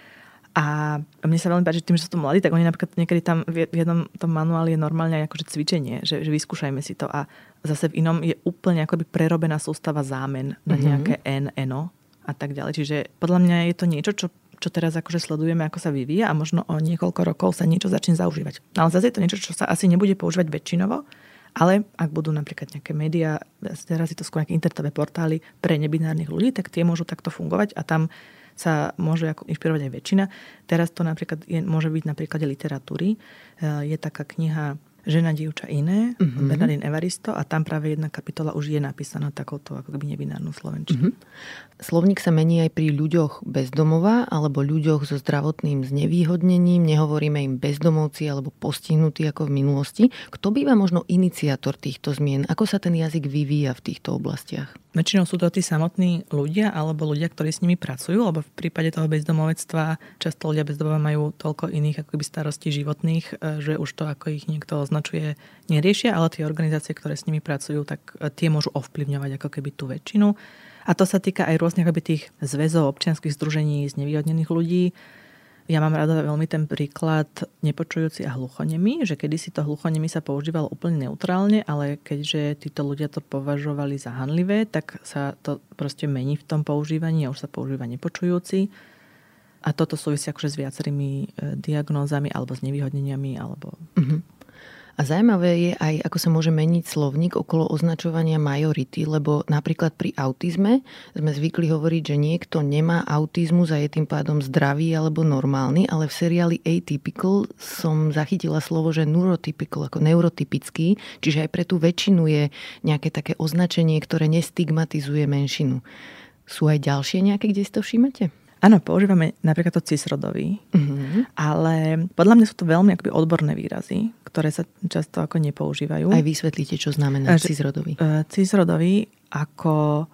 A mne sa veľmi páči, tým, že sú to mladí, tak oni napríklad niekedy tam v jednom tom manuáli je normálne akože cvičenie, že vyskúšajme si to. A zase v inom je úplne akoby prerobená sústava zámen na nejaké eno a tak ďalej. Čiže podľa mňa je to niečo, čo teraz akože sledujeme, ako sa vyvíja a možno o niekoľko rokov sa niečo začne zaužívať. Ale zase je to niečo, čo sa asi nebude používať väčšinovo, ale ak budú napríklad nejaké médiá, teraz je to skôr nejaké internetové portály pre nebinárnych ľudí, tak tie môžu takto fungovať a tam sa môže ako inšpirovať aj väčšina. Teraz to napríklad môže byť na príklade literatúry. Je taká kniha Žena, dievča, iné, Bernardín Evaristo a tam práve jedna kapitola už je napísaná takouto ako keby nebinárnou slovenčinou. Slovník sa mení aj pri ľuďoch bez domova alebo ľuďoch so zdravotným znevýhodnením. Nehovoríme im bezdomovci alebo postihnutí ako v minulosti. Kto býva možno iniciátor týchto zmien? Ako sa ten jazyk vyvíja v týchto oblastiach? Väčšinou sú to tí samotní ľudia alebo ľudia, ktorí s nimi pracujú, lebo v prípade toho bezdomovectva často ľudia bez domova majú toľko iných ako keby starostí životných, že už to, ako ich niekto označuje, neriešia, ale tie organizácie, ktoré s nimi pracujú, tak tie môžu ovplyvňovať ako keby tú väčšinu. A to sa týka aj rôznych akoby tých zväzov občianskych združení znevýhodnených ľudí. Ja mám rada veľmi ten príklad nepočujúci a hluchonemi, že kedysi to hluchonemi sa používalo úplne neutrálne, ale keďže títo ľudia to považovali za hanlivé, tak sa to proste mení v tom používaní a už sa používa nepočujúci. A toto súvisí akože s viacerými diagnózami alebo s nevýhodneniami. Alebo... A zaujímavé je aj, ako sa môže meniť slovník okolo označovania majority, lebo napríklad pri autizme sme zvykli hovoriť, že niekto nemá autizmus a je tým pádom zdravý alebo normálny, ale v seriáli Atypical som zachytila slovo, že neurotypical, ako neurotypický, čiže aj pre tú väčšinu je nejaké také označenie, ktoré nestigmatizuje menšinu. Sú aj ďalšie nejaké, kde si to všímate? Áno, používame napríklad to cisrodový, ale podľa mňa sú to veľmi akoby odborné výrazy, ktoré sa často ako nepoužívajú. Aj vysvetlíte, čo znamená cisrodový. Cisrodový ako...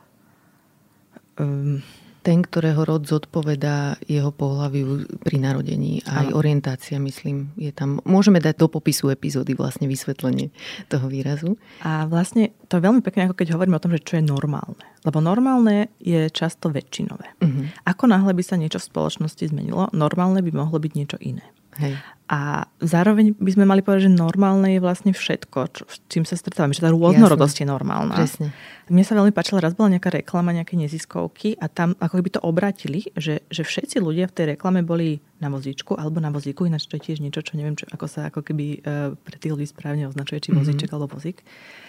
ten, ktorého rod zodpovedá jeho pohlaviu pri narodení. Aj orientácia, myslím, je tam. Môžeme dať do popisu epizódy vlastne vysvetlenie toho výrazu. A vlastne to je veľmi pekné, ako keď hovoríme o tom, že čo je normálne. Lebo normálne je často väčšinové. Ako náhle by sa niečo v spoločnosti zmenilo, normálne by mohlo byť niečo iné. Hej. A zároveň by sme mali povedať, že normálne je vlastne všetko, s čím sa stretávame. Že tá rôznorodosť je normálna. Presne. Mne sa veľmi páčila, raz bola nejaká reklama, nejaké neziskovky a tam ako by to obratili, že všetci ľudia v tej reklame boli na vozíčku alebo na vozíku, ináč to je tiež niečo, čo neviem, ako sa ako keby pre tých ľudí správne označuje, či vozíček alebo vozík.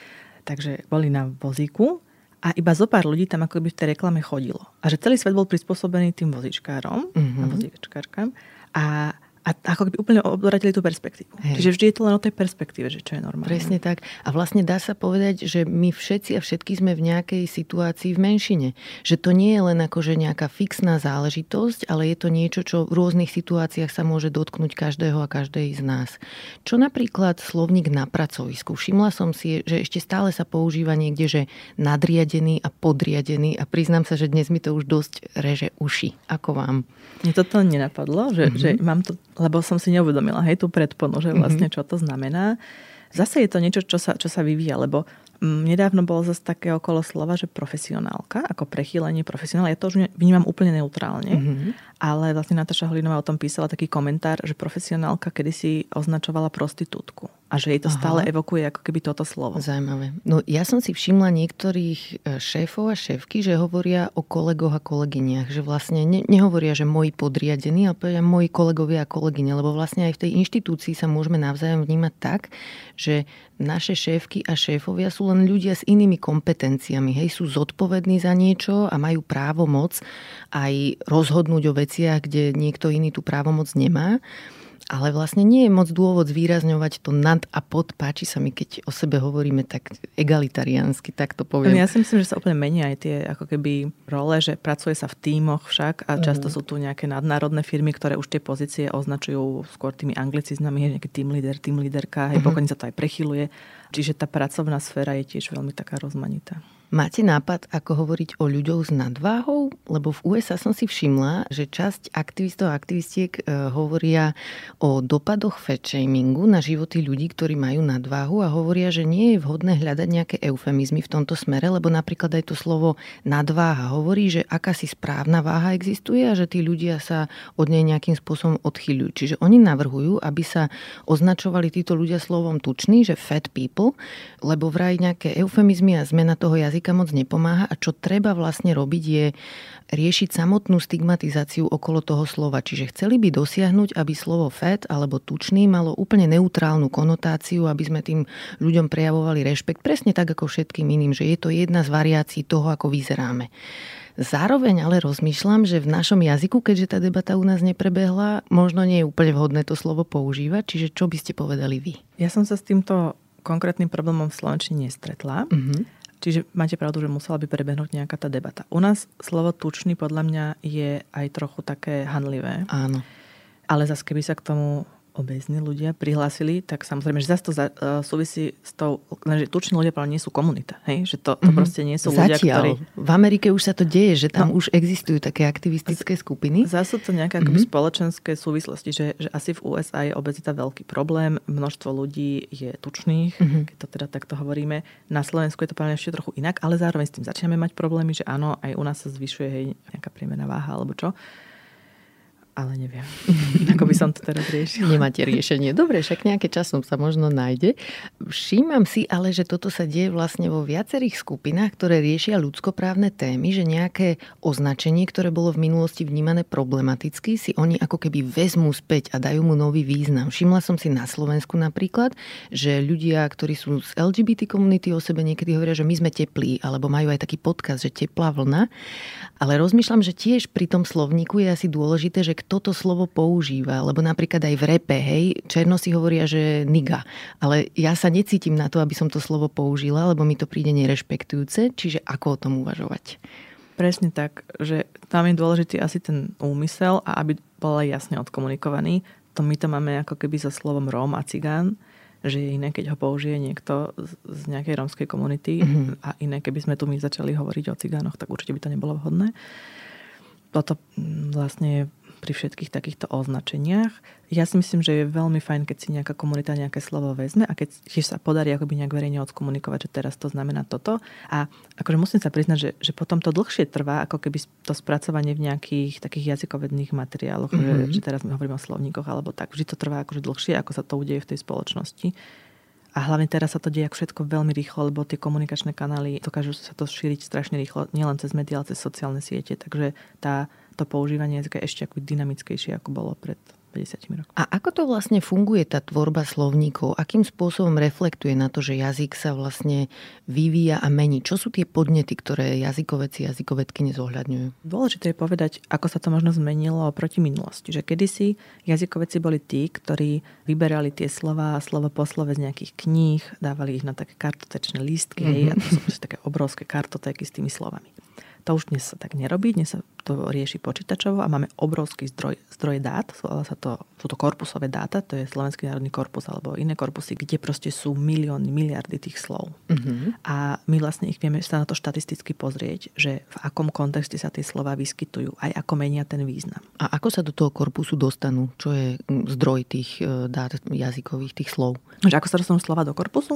Takže boli na vozíku a iba zo pár ľudí tam ako by v tej reklame chodilo. A že celý svet bol prispôsobený tým vozíčkárom, a vozíčkárkam a ako keby úplne obratili tú perspektívu. Hej. Čiže vždy je to len o tej perspektíve, že čo je normálne. Presne tak. A vlastne dá sa povedať, že my všetci a všetky sme v nejakej situácii v menšine. Že to nie je len akože nejaká fixná záležitosť, ale je to niečo, čo v rôznych situáciách sa môže dotknúť každého a každej z nás. Čo napríklad slovník na pracovisku? Všimla som si, že ešte stále sa používa niekde, že nadriadený a podriadený a priznám sa, že dnes mi to už dosť reže uši. Ako vám? Mne toto nenapadlo, že mám to, lebo som si neuvedomila, tú predponu, že vlastne čo to znamená. Zase je to niečo, čo sa vyvíja, lebo nedávno bolo zase také okolo slova, že profesionálka, ako prechýlenie profesionál. Ja to už vnímam úplne neutrálne, ale vlastne Natáša Holinová o tom písala taký komentár, že profesionálka kedysi označovala prostitútku a že jej to stále evokuje ako keby toto slovo. Zaujímavé. No ja som si všimla niektorých šéfov a šéfky, že hovoria o kolegoch a kolegyniach, že vlastne nehovoria, že moji podriadení, ale povedia moji kolegovia a kolegyne, lebo vlastne aj v tej inštitúcii sa môžeme navzájom vnímať tak, že naše šéfky a šéfovia sú len ľudia s inými kompetenciami. Sú zodpovední za niečo a majú právomoc aj rozhodnúť o veciach, kde niekto iný tú právomoc nemá. Ale vlastne nie je moc dôvod zvýrazňovať to nad a pod. Páči sa mi, keď o sebe hovoríme tak egalitariánsky, tak to poviem. Ja si myslím, že sa úplne menia aj tie ako keby role, že pracuje sa v tímoch však a často sú tu nejaké nadnárodné firmy, ktoré už tie pozície označujú skôr tými anglicizmami, nejaký team leader, team leaderka, pokojne sa to aj prechyluje. Čiže tá pracovná sféra je tiež veľmi taká rozmanitá. Máte nápad, ako hovoriť o ľuďoch s nadváhou? Lebo v USA som si všimla, že časť aktivistov a aktivistiek hovoria o dopadoch fatshamingu na životy ľudí, ktorí majú nadváhu a hovoria, že nie je vhodné hľadať nejaké eufemizmy v tomto smere, lebo napríklad aj to slovo nadváha hovorí, že akási správna váha existuje a že tí ľudia sa od nej nejakým spôsobom odchyľujú. Čiže oni navrhujú, aby sa označovali títo ľudia slovom tučný, že fat people, lebo vraj nejaké eufemizmy a zmena toho jazyka moc nepomáha a čo treba vlastne robiť je riešiť samotnú stigmatizáciu okolo toho slova. Čiže chceli by dosiahnuť, aby slovo fat alebo tučný malo úplne neutrálnu konotáciu, aby sme tým ľuďom prejavovali rešpekt, presne tak ako všetkým iným, že je to jedna z variácií toho, ako vyzeráme. Zároveň ale rozmýšľam, že v našom jazyku, keďže tá debata u nás neprebehla, možno nie je úplne vhodné to slovo používať, čiže čo by ste povedali vy? Ja som sa s týmto konkrétnym problémom v slovenčine nestretla. Čiže máte pravdu, že musela by prebehnúť nejaká tá debata. U nás slovo tučný podľa mňa je aj trochu také hanlivé. Áno. Ale zase keby sa k tomu obézni ľudia prihlásili, tak samozrejme, že zase to súvisí s tou, lenže tuční ľudia práve nie sú komunita. Hej? Že to proste nie sú ľudia, ktorí... V Amerike už sa to deje, že tam už existujú také aktivistické skupiny. Zase sú to nejaké akoby spoločenské súvislosti, že asi v USA je obezita veľký problém, množstvo ľudí je tučných, keď to teda takto hovoríme. Na Slovensku je to práve ešte trochu inak, ale zároveň s tým začíname mať problémy, že áno, aj u nás sa zvyšuje nejaká priemerná váha alebo čo. Ale neviem, ako by som to teraz riešila. Nemáte riešenie. Dobre, však nejaké časom sa možno nájde. Všímam si ale, že toto sa deje vlastne vo viacerých skupinách, ktoré riešia ľudskoprávne témy, že nejaké označenie, ktoré bolo v minulosti vnímané problematicky, si oni ako keby vezmú späť a dajú mu nový význam. Všimla som si na Slovensku napríklad, že ľudia, ktorí sú z LGBT komunity o sebe niekedy hovoria, že my sme teplí, alebo majú aj taký podcast, že teplá vlna. Ale rozmýšľam, že tiež pri tom slovníku je asi dôležité, že toto slovo používa, lebo napríklad aj v repe, hej, černosi hovoria, že niga, ale ja sa necítim na to, aby som to slovo použila, lebo mi to príde nerešpektujúce, čiže ako o tom uvažovať? Presne tak, že tam je dôležitý asi ten úmysel a aby bol jasne odkomunikovaný. To my to máme ako keby so slovom Róm a Cigán, že je iné, keď ho použije niekto z nejakej rómskej komunity a iné, keby sme tu my začali hovoriť o Cigánoch, tak určite by to nebolo vhodné. Toto vlastne je pri všetkých takýchto označeniach. Ja si myslím, že je veľmi fajn, keď si nejaká komunita nejaké slovo vezme a keď sa podarí akoby nejak verejne odkomunikovať, že teraz to znamená toto. A akože musím sa priznať, že potom to dlhšie trvá, ako keby to spracovanie v nejakých takých jazykovedných materiáloch, že teraz my hovoríme o slovníkoch alebo tak. Vždy to trvá akože dlhšie, ako sa to udeje v tej spoločnosti. A hlavne teraz sa to deje všetko veľmi rýchlo, lebo tie komunikačné kanály dokážu sa to šíriť strašne rýchlo, nielen cez médiá, ale cez sociálne siete. Takže to používanie jazyka je ešte ako dynamickejšie, ako bolo pred 50 rokmi. A ako to vlastne funguje, tá tvorba slovníkov? Akým spôsobom reflektuje na to, že jazyk sa vlastne vyvíja a mení? Čo sú tie podnety, ktoré jazykovedci a jazykovedky nezohľadňujú? Dôležité je povedať, ako sa to možno zmenilo oproti minulosti. Že kedysi jazykovedci boli tí, ktorí vyberali tie slova slovo po slove z nejakých kníh, dávali ich na také kartotečné lístky, a to sú také obrovské kartotéky s tými slovami. To už dnes sa tak nerobí, dnes sa to rieši počítačovo a máme obrovský zdroj dát, sú to korpusové dáta, to je Slovenský národný korpus alebo iné korpusy, kde proste sú milióny, miliardy tých slov. A my vlastne ich vieme sa na to štatisticky pozrieť, že v akom kontexte sa tie slova vyskytujú, aj ako menia ten význam. A ako sa do toho korpusu dostanú? Čo je zdroj tých dát jazykových, tých slov? Že ako sa dostanú slova do korpusu?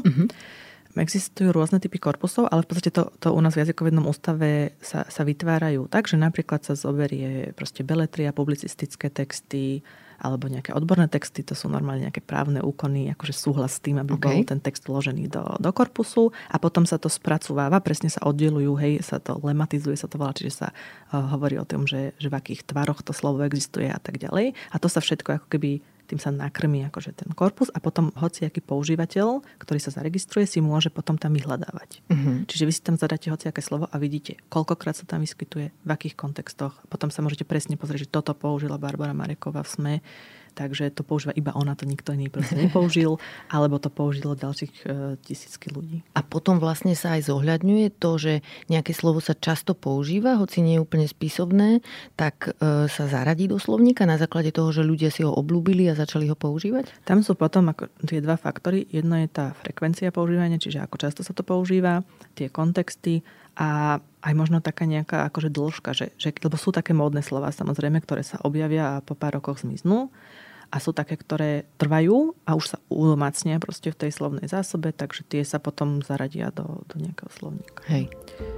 Existujú rôzne typy korpusov, ale v podstate to u nás v jazykovednom ústave sa vytvárajú tak, že napríklad sa zoberie proste beletria, publicistické texty alebo nejaké odborné texty, to sú normálne nejaké právne úkony, akože súhlas s tým, aby bol ten text vložený do korpusu a potom sa to spracováva, presne sa oddelujú, sa to lematizuje, sa to volá, čiže sa hovorí o tom, že v akých tvaroch to slovo existuje a tak ďalej. A to sa všetko ako keby tým sa nakrmí akože ten korpus a potom hociaký používateľ, ktorý sa zaregistruje, si môže potom tam vyhľadávať. Čiže vy si tam zadáte hociaké slovo a vidíte, koľkokrát sa tam vyskytuje, v akých kontextoch. Potom sa môžete presne pozrieť, že toto použila Barbara Mareková v SME, takže to používa iba ona, to nikto iný proste nepoužil, alebo to použilo ďalších tisícky ľudí. A potom vlastne sa aj zohľadňuje to, že nejaké slovo sa často používa, hoci nie je úplne spisovné, tak sa zaradí do slovníka na základe toho, že ľudia si ho obľúbili a začali ho používať? Tam sú potom ako tie dva faktory. Jedno je tá frekvencia používania, čiže ako často sa to používa, tie kontexty a aj možno taká nejaká akože dĺžka, že, lebo sú také módne slová samozrejme, ktoré sa objavia a po pár rokoch zmiznú. A sú také, ktoré trvajú a už sa udomácnia proste v tej slovnej zásobe, takže tie sa potom zaradia do nejakého slovníka. Hej.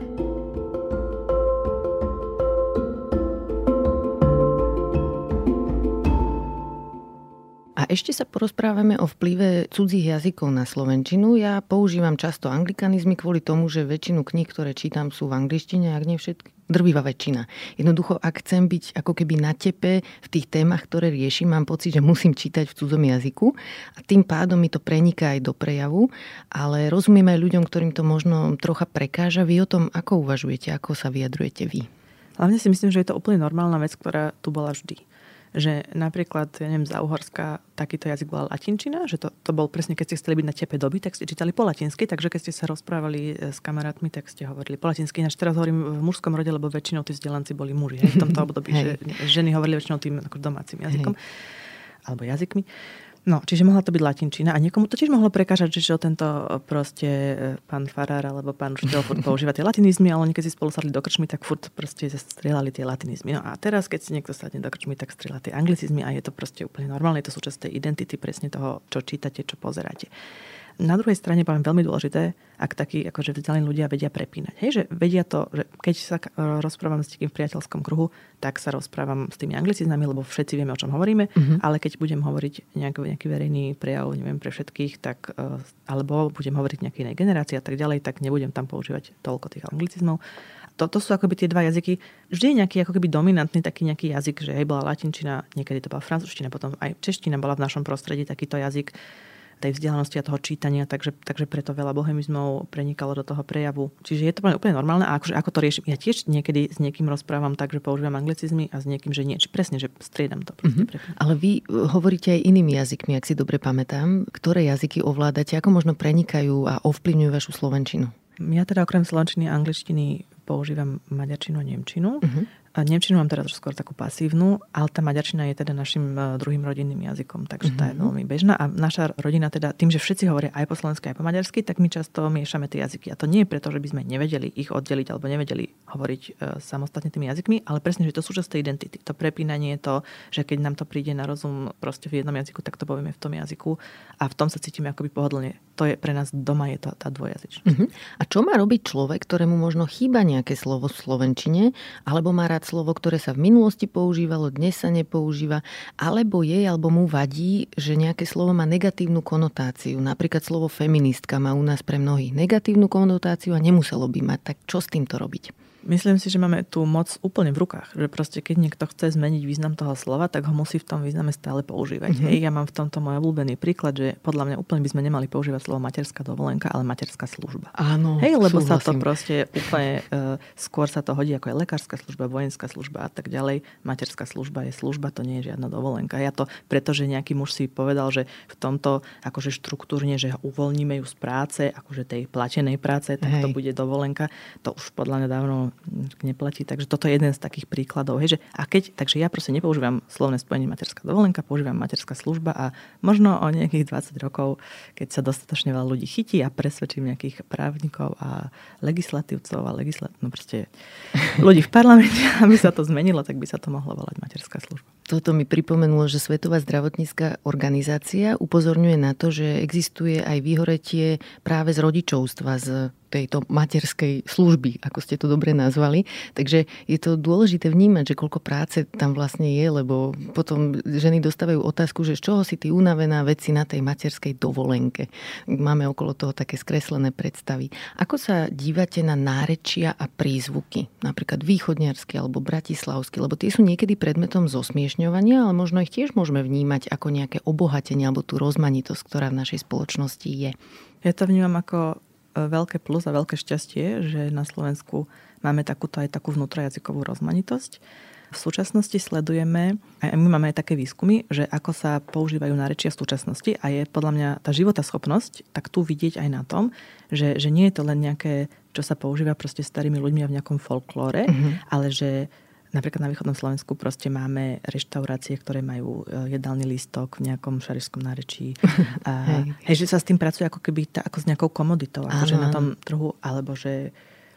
A ešte sa porozprávame o vplyve cudzích jazykov na slovenčinu. Ja používam často anglikanizmy kvôli tomu, že väčšinu kníh, ktoré čítam, sú v angličtine, ak nie všetky. Drvivá väčšina. Jednoducho, ak chcem byť ako keby na tepe v tých témach, ktoré riešim, mám pocit, že musím čítať v cudzom jazyku a tým pádom mi to preniká aj do prejavu, ale rozumiem aj ľuďom, ktorým to možno trocha prekáža. Vy o tom ako uvažujete, ako sa vyjadrujete vy? Hlavne si myslím, že je to úplne normálna vec, ktorá tu bola vždy. Že napríklad, ja neviem, za Uhorska takýto jazyk bola latinčina, že to bol presne, keď ste chceli byť na tepe doby, tak ste čítali po latinsky, takže keď ste sa rozprávali s kamarátmi, tak ste hovorili po latinsky. Ináč teraz hovorím v mužskom rode, lebo väčšinou tí vzdelanci boli muži. V tomto období, že ženy hovorili väčšinou tým ako domácim jazykom alebo jazykmi. No, čiže mohla to byť latinčina a niekomu to tiež mohlo prekážať, že tento proste pán farár alebo pán učiteľ furt používa tie latinizmy, ale oni keď si spolu sadli do krčmy, tak furt proste strieľali tie latinizmy. No a teraz, keď si niekto sadne do krčmy, tak strieľa tie anglicizmy a je to proste úplne normálne, je to súčasť tej identity presne toho, čo čítate, čo pozeráte. Na druhej strane poviem veľmi dôležité, ak takí akože vzdelení ľudia vedia prepínať. Hej, že vedia to, že keď sa rozprávam s takým v priateľskom kruhu, tak sa rozprávam s tými anglicizmami, lebo všetci vieme, o čom hovoríme, ale keď budem hovoriť nejaký verejný prejav, neviem, pre všetkých, tak alebo budem hovoriť nejakej inej generácii a tak ďalej, tak nebudem tam používať toľko tých anglicizmov. To sú akoby tie dva jazyky. Vždy je nejaký ako keby dominantný taký nejaký jazyk, že hej, bola latinčina, niekedy to bola francúzština, potom aj čeština bola v našom prostredí takýto jazyk tej vzdelanosti a toho čítania, takže preto veľa bohemizmov prenikalo do toho prejavu. Čiže je to úplne normálne a ako to riešim. Ja tiež niekedy s niekým rozprávam tak, že používam anglicizmy a s niekým, že nie. Či presne, že striedam to. Ale vy hovoríte aj inými jazykmi, ak si dobre pamätám. Ktoré jazyky ovládate, ako možno prenikajú a ovplyvňujú vašu slovenčinu? Ja teda okrem slovenčiny a angličtiny používam maďarčinu a nemčinu. A nemčinu mám teraz skôr takú pasívnu, ale tá maďarčina je teda našim druhým rodinným jazykom, takže tá je veľmi bežná. A naša rodina teda, tým, že všetci hovoria aj po slovensky, aj po maďarsky, tak my často miešame tie jazyky. A to nie je preto, že by sme nevedeli ich oddeliť alebo nevedeli hovoriť samostatne tými jazykmi, ale presne, že to sú súčasť tej identity. To prepínanie je to, že keď nám to príde na rozum proste v jednom jazyku, tak to povieme v tom jazyku a v tom sa cítime akoby pohodlne. To je pre nás doma je to tá dvojazyčnosť. A čo má robiť človek, ktorému možno chýba nejaké slovo v slovenčine, alebo má rád slovo, ktoré sa v minulosti používalo, dnes sa nepoužíva, alebo mu vadí, že nejaké slovo má negatívnu konotáciu. Napríklad slovo feministka má u nás pre mnohých negatívnu konotáciu a nemuselo by mať. Tak čo s týmto robiť? Myslím si, že máme tú moc úplne v rukách. Že proste keď niekto chce zmeniť význam toho slova, tak ho musí v tom význame stále používať. Hej, ja mám v tomto môj obľúbený príklad, že podľa mňa úplne by sme nemali používať slovo materská dovolenka, ale materská služba. Áno, hej, lebo súhlasím. sa to proste úplne skôr sa to hodí ako je lekárska služba, vojenská služba a tak ďalej. Materská služba je služba, to nie je žiadna dovolenka. Ja to pretože nejaký muž si povedal, že v tomto akože štruktúrne, že uvoľníme ju z práce, akože tej platenej práce, tak to bude dovolenka. To už podľa mňa dávno neplatí. Takže toto je jeden z takých príkladov. Hej, že takže ja proste nepoužívam slovné spojenie materská dovolenka, používam materská služba a možno o nejakých 20 rokov, keď sa dostatočne veľa ľudí chytí a presvedčím nejakých právnikov a legislatívcov a proste ľudí v parlamente, aby sa to zmenilo, tak by sa to mohlo volať materská služba. Toto mi pripomenulo, že Svetová zdravotnícka organizácia upozorňuje na to, že existuje aj vyhoretie práve z rodičovstva, z tejto materskej služby, ako ste to dobre nazvali. Takže je to dôležité vnímať, že koľko práce tam vlastne je, lebo potom ženy dostávajú otázku, že z čoho si ty unavená veci na tej materskej dovolenke. Máme okolo toho také skreslené predstavy. Ako sa dívate na nárečia a prízvuky? Napríklad východniarsky alebo bratislavský, lebo tie sú niekedy predmetom zosmiešňovania, ale možno ich tiež môžeme vnímať ako nejaké obohatenie alebo tú rozmanitosť, ktorá v našej spoločnosti je. Ja to vnímam ako veľké plus a veľké šťastie, že na Slovensku máme takúto aj takú vnútrojazykovú rozmanitosť. V súčasnosti sledujeme, aj my máme aj také výskumy, že ako sa používajú nárečia v súčasnosti a je podľa mňa tá životaschopnosť, tak tu vidieť aj na tom, že nie je to len nejaké, čo sa používa proste starými ľuďmi a v nejakom folklóre, ale že napríklad na východnom Slovensku proste máme reštaurácie, ktoré majú jedálny lístok v nejakom šarišskom nárečí. Hej, že sa s tým pracuje ako keby ako s nejakou komoditou, akože na tom trhu, alebo že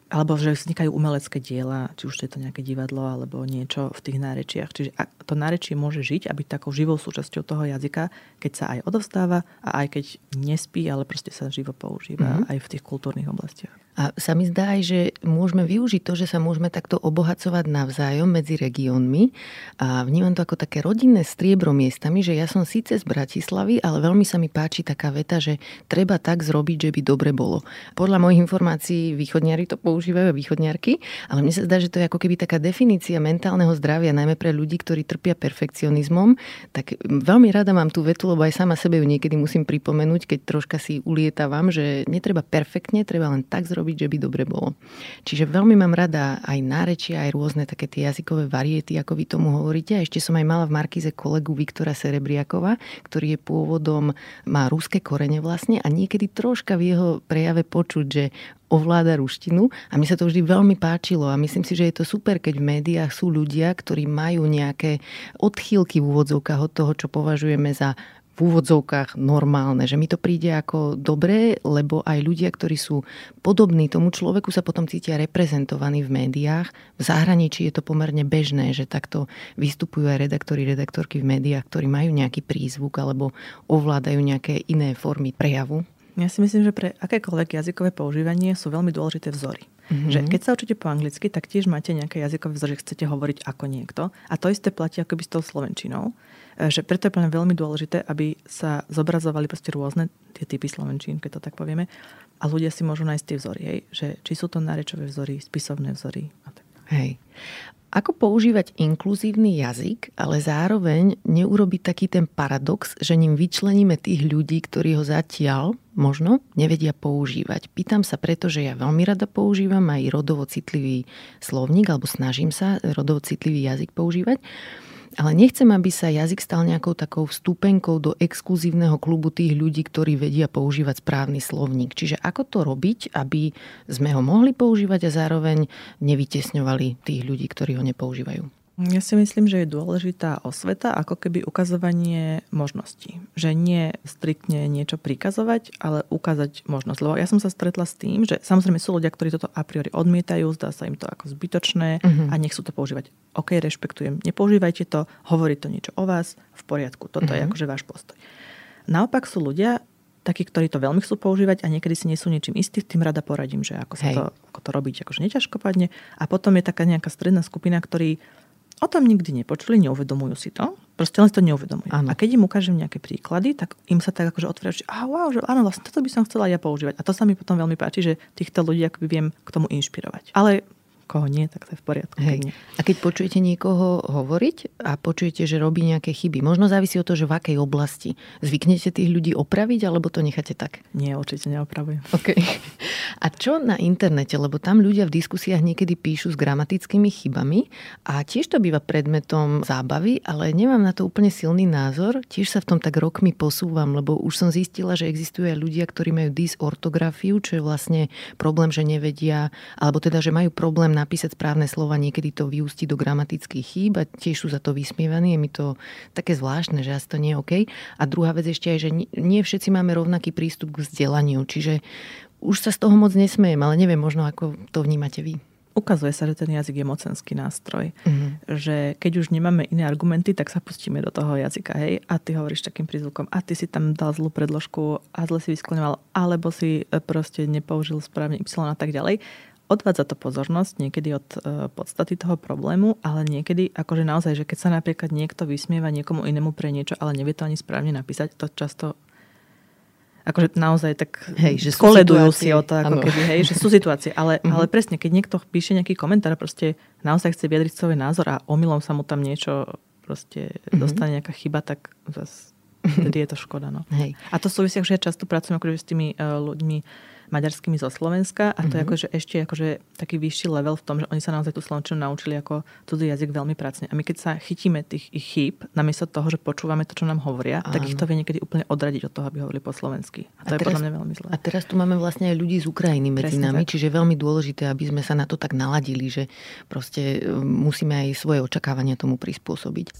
Alebo že vznikajú umelecké diela, či už je to nejaké divadlo alebo niečo v tých nárečiach. Čiže to nárečie môže žiť a byť takou živou súčasťou toho jazyka, keď sa aj odovzdáva a aj keď nespí, ale proste sa živo používa aj v tých kultúrnych oblastiach. A sa mi zdá aj, že môžeme využiť to, že sa môžeme takto obohacovať navzájom medzi regiónmi. A vnímam to ako také rodinné striebro miestami, že ja som síce z Bratislavy, ale veľmi sa mi páči taká veta, že treba tak zrobiť, že by dobre bolo. Podľa mojich informácií východniari to používajú, východniarky, ale mne sa zdá, že to je ako keby taká definícia mentálneho zdravia, najmä pre ľudí, ktorí trpia perfekcionizmom. Tak veľmi rada mám tú vetu, lebo aj sama sebe ju niekedy musím pripomenúť, keď troška si ulietavam, že netreba perfektne, treba len tak zrobiť, že by dobre bolo. Čiže veľmi mám rada aj nárečia, aj rôzne také tie jazykové variety, ako vy tomu hovoríte. A ešte som aj mala v Markíze kolegu Viktora Serebriakova, ktorý je pôvodom, má ruské korene vlastne a niekedy troška v jeho prejave počuť, že ovláda ruštinu a mi sa to vždy veľmi páčilo a myslím si, že je to super, keď v médiách sú ľudia, ktorí majú nejaké odchýlky v úvodzovkách od toho, čo považujeme za v úvodzovkách normálne, že mi to príde ako dobré, lebo aj ľudia, ktorí sú podobní tomu človeku, sa potom cítia reprezentovaní v médiách. V zahraničí je to pomerne bežné, že takto vystupujú aj redaktorky v médiách, ktorí majú nejaký prízvuk alebo ovládajú nejaké iné formy prejavu. Ja si myslím, že pre akékoľvek jazykové používanie sú veľmi dôležité vzory. Že keď sa učíte po anglicky, tak tiež máte nejaké jazykové vzory, že chcete hovoriť ako niekto. A to isté platí akoby s tou slovenčinou. Že preto je plne veľmi dôležité, aby sa zobrazovali proste rôzne tie typy slovenčín, keď to tak povieme. A ľudia si môžu nájsť tie vzory. Hej? Že či sú to nárečové vzory, spisovné vzory. A tak. Hej. Ako používať inkluzívny jazyk, ale zároveň neurobiť taký ten paradox, že ním vyčleníme tých ľudí, ktorí ho zatiaľ možno nevedia používať. Pýtam sa preto, že ja veľmi rada používam aj rodovo citlivý slovník, alebo snažím sa rodovo citlivý jazyk používať. Ale nechcem, aby sa jazyk stal nejakou takou vstupenkou do exkluzívneho klubu tých ľudí, ktorí vedia používať správny slovník. Čiže ako to robiť, aby sme ho mohli používať a zároveň nevytesňovali tých ľudí, ktorí ho nepoužívajú? Ja si myslím, že je dôležitá osveta, ako keby ukazovanie možností. Že nie striktne niečo prikazovať, ale ukázať možnosť. Lebo ja som sa stretla s tým, že samozrejme sú ľudia, ktorí toto a priori odmietajú, zdá sa im to ako zbytočné a nechcú to používať. OK, rešpektujem, nepoužívajte to, hovorí to niečo o vás, v poriadku. Toto je akože váš postoj. Naopak sú ľudia, takí, ktorí to veľmi chcú používať a niekedy si nie sú niečím istí, tým rada poradím, že ako to robiť akože neťažkopadne. A potom je taká nejaká stredná skupina, ktorí o tom nikdy nepočuli, neuvedomujú si to. Proste len si to neuvedomujú. Áno. A keď im ukážem nejaké príklady, tak im sa tak akože otvoria, že wow, že áno, vlastne toto by som chcela ja používať. A to sa mi potom veľmi páči, že týchto ľudí akoby viem k tomu inšpirovať. Ale koho nie, tak to je v poriadku. Hej. A keď počujete niekoho hovoriť a počujete, že robí nejaké chyby, možno závisí od toho, že v akej oblasti. Zvyknete tých ľudí opraviť, alebo to necháte tak? Nie, určite neopravujem. Okay. A čo na internete? Lebo tam ľudia v diskusiách niekedy píšu s gramatickými chybami a tiež to býva predmetom zábavy, ale nemám na to úplne silný názor. Tiež sa v tom tak rokmi posúvam, lebo už som zistila, že existujú aj ľudia, ktorí majú dysortografiu, čo je vlastne problém, že nevedia, alebo teda, že majú problém napísať správne slova, niekedy to vyústi do gramatických chýb a tiež sú za to vysmievaní. Je mi to také zvláštne, že asi to nie je OK. A druhá vec ešte aj, že nie všetci máme rovnaký prístup k vzdelaniu, čiže už sa z toho moc nesmejem, ale neviem možno, ako to vnímate vy. Ukazuje sa, že ten jazyk je mocenský nástroj. Že keď už nemáme iné argumenty, tak sa pustíme do toho jazyka. Hej? A ty hovoríš takým prízvukom, a ty si tam dal zlú predložku a zle si vyskloňoval, alebo si proste nepoužil správne Y a tak ďalej. Odvádza to pozornosť niekedy od podstaty toho problému, ale niekedy akože naozaj, že keď sa napríklad niekto vysmieva niekomu inému pre niečo, ale nevie to ani správne napísať, to často akože naozaj tak koledujú si o to, ako keby, hej, že sú situácie. Ale presne, keď niekto píše nejaký komentár a proste naozaj chce vyjadriť svoj názor a omylom sa mu tam niečo proste dostane nejaká chyba, tak zase vtedy je to škoda. No. Hej. A to súvisí, že ja často pracujem akože s tými ľuďmi maďarskými zo Slovenska a to je akože ešte akože taký vyšší level v tom, že oni sa naozaj tú slovenčinu naučili ako cudzí jazyk veľmi pracne. A my keď sa chytíme tých ich chýb, namiesto toho, že počúvame to, čo nám hovoria, tak ich to vie niekedy úplne odradiť od toho, aby hovorili po slovensky. A to je podľa mňa veľmi zlé. A teraz tu máme vlastne aj ľudí z Ukrajiny medzi nami, čiže je veľmi dôležité, aby sme sa na to tak naladili, že proste musíme aj svoje očakávania tomu prispôsobiť.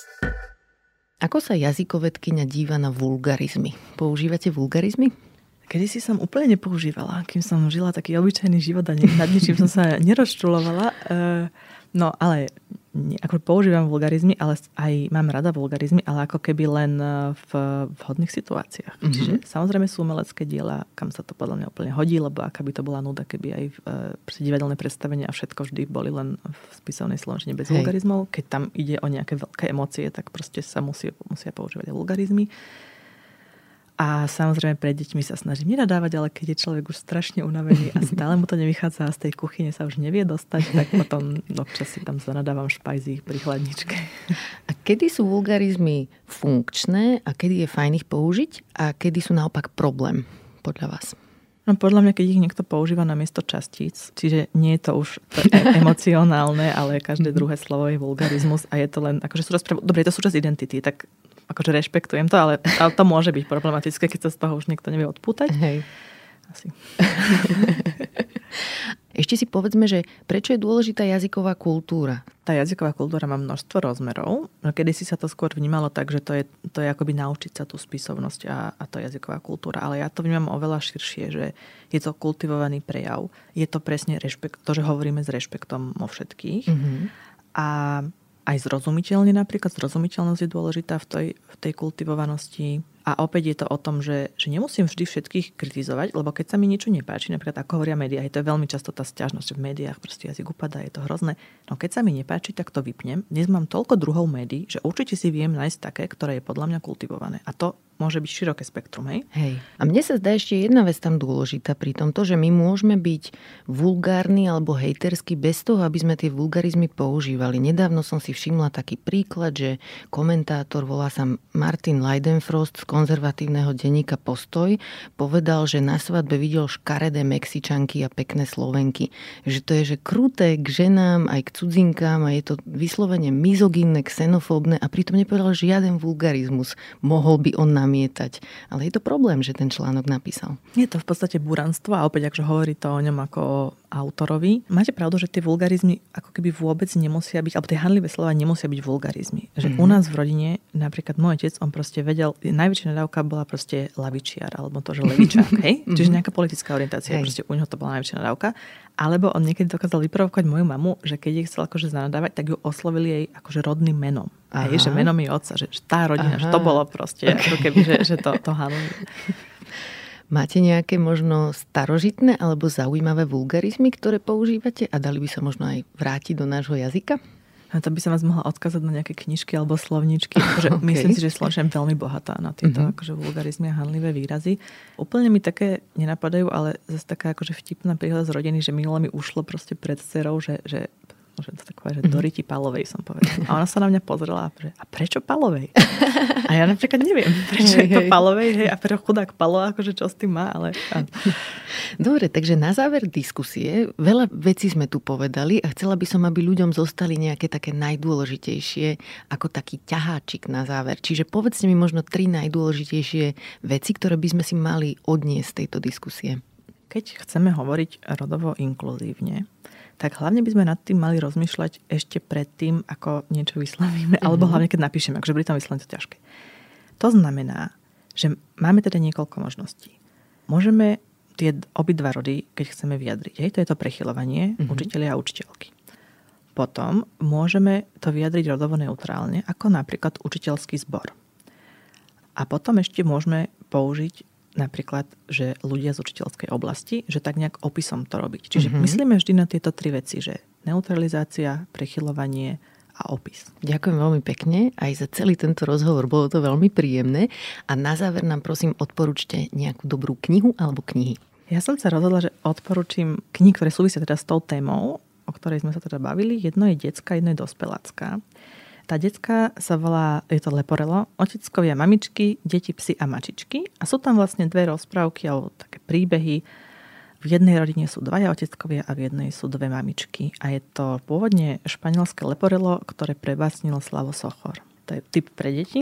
Ako sa jazykovedkyňa díva na vulgarizmy? Používate vulgarizmy? Tak Kedysi som úplne nepoužívala, kým som žila taký obyčajný život a nad ničím som sa nerozčulovala. No ale ako používam vulgarizmy, ale aj mám rada vulgarizmy, ale ako keby len v vhodných situáciách. Čiže samozrejme sú umelecké diela, kam sa to podľa mňa úplne hodí, lebo aká by to bola nuda, keby aj divadelné predstavenia a všetko vždy boli len v spisovnej slovenčine bez vulgarizmov. Keď tam ide o nejaké veľké emócie, tak proste sa musia používať aj vulgarizmy. A samozrejme pre deťmi sa snažím nenadávať, ale keď je človek už strašne unavený a stále mu to nevychádza a z tej kuchyne sa už nevie dostať, tak potom občas si tam zanadávam špajzy pri chladničke. A kedy sú vulgarizmy funkčné a kedy je fajn ich použiť a kedy sú naopak problém podľa vás? No podľa mňa, keď ich niekto používa na miesto častíc, čiže nie je to už emocionálne, ale každé druhé slovo je vulgarizmus a je to len, akože dobre, je to súčasť identity, tak akože rešpektujem to, ale to môže byť problematické, keď sa z toho už niekto nevie odpútať. Hej. Asi. Ešte si povedzme, že prečo je dôležitá jazyková kultúra? Tá jazyková kultúra má množstvo rozmerov. Kedysi sa to skôr vnímalo tak, že to je akoby naučiť sa tú spisovnosť a to jazyková kultúra. Ale ja to vnímam oveľa širšie, že je to kultivovaný prejav. Je to presne to, že hovoríme s rešpektom o všetkých. A aj zrozumiteľne napríklad. Zrozumiteľnosť je dôležitá v tej kultivovanosti. A opäť je to o tom, že nemusím vždy všetkých kritizovať, lebo keď sa mi niečo nepáči, napríklad ako hovoria médiá, to je veľmi často tá sťažnosť, že v médiách proste jazyk upadá, je to hrozné. No keď sa mi nepáči, tak to vypnem. Dnes mám toľko druhov médií, že určite si viem nájsť také, ktoré je podľa mňa kultivované. A to môže byť široké spektrum, hej? Hej. A mne sa zdá ešte jedna vec tam dôležitá pri tomto, že my môžeme byť vulgárni alebo hejterskí bez toho, aby sme tie vulgarizmy používali. Nedávno som si všimla taký príklad, že komentátor, volá sa Martin Leidenfrost z konzervatívneho denníka Postoj, povedal, že na svadbe videl škaredé Mexičanky a pekné Slovenky. Že to je že kruté k ženám, aj k cudzinkám a je to vyslovene mizogynné, xenofóbne a pritom nepovedal žiaden vulgarizmus. Mohol by on namietať. Ale je to problém, že ten článok napísal. Je to v podstate buranstvo a opäť, akže hovorí to o ňom ako o autorovi. Máte pravdu, že tie vulgarizmy ako keby vôbec nemusia byť, alebo tie hanlivé slova nemusia byť vulgarizmy. Že u nás v rodine, napríklad môj otec, on proste vedel, najväčšia nadávka bola proste lavičiar, alebo to, že levičák, hej? Čiže nejaká politická orientácia, proste u neho to bola najväčšia nadávka. Alebo on niekedy dokázal vyprovokovať moju mamu, že keď jej chcel akože zanadávať, tak ju oslovili jej akože rodným menom. Hej, že menom jej otca, že tá rodina, že to bolo proste, ako keby, že to hanlí. Máte nejaké možno starožitné alebo zaujímavé vulgarizmy, ktoré používate a dali by sa možno aj vrátiť do nášho jazyka? A to by som vás mohla odkázať na nejaké knižky alebo slovničky. Okay. Myslím si, že slovenčina je veľmi bohatá na tieto akože vulgarizmy a hanlivé výrazy. Úplne mi také nenapadajú, ale zase taká akože vtipná príhoda z rodiny, že minule mi ušlo proste pred dcerou, že môžem to tak povedať, že Doriti Palovej som povedala. A ona sa na mňa pozrela a prečo Palovej? A ja napríklad neviem, prečo je to Palovej, hej, a prečo chudák Palo, akože čo s tým má, ale... Dobre, takže na záver diskusie, veľa vecí sme tu povedali a chcela by som, aby ľuďom zostali nejaké také najdôležitejšie, ako taký ťaháčik na záver. Čiže povedzte mi možno 3 najdôležitejšie veci, ktoré by sme si mali odniesť z tejto diskusie. Keď chceme hovoriť rodovo inkluzívne, tak hlavne by sme nad tým mali rozmýšľať ešte predtým, ako niečo vyslovíme, alebo hlavne keď napíšeme, akože pri tom vyslovení to ťažké. To znamená, že máme teda niekoľko možností. Môžeme tie obidva rody, keď chceme vyjadriť, to je to prechyľovanie učitelia a učiteľky. Potom môžeme to vyjadriť rodovo neutrálne, ako napríklad učiteľský zbor. A potom ešte môžeme použiť napríklad, že ľudia z učiteľskej oblasti, že tak nejak opisom to robiť. Čiže myslíme vždy na tieto 3 veci, že neutralizácia, prechyľovanie a opis. Ďakujem veľmi pekne aj za celý tento rozhovor. Bolo to veľmi príjemné. A na záver nám prosím odporúčte nejakú dobrú knihu alebo knihy. Ja som sa rozhodla, že odporúčim knihy, ktoré súvisia teda s tou témou, o ktorej sme sa teda bavili. Jedno je detská, jedno je dospelácká. Tá detská sa volá, je to Leporello, Oteckovia, mamičky, deti, psi a mačičky. A sú tam vlastne 2 rozprávky alebo také príbehy. V jednej rodine sú 2 oteckovia a v jednej sú 2 mamičky. A je to pôvodne španielské Leporello, ktoré prebásnil Slavo Sochor. To je typ pre deti.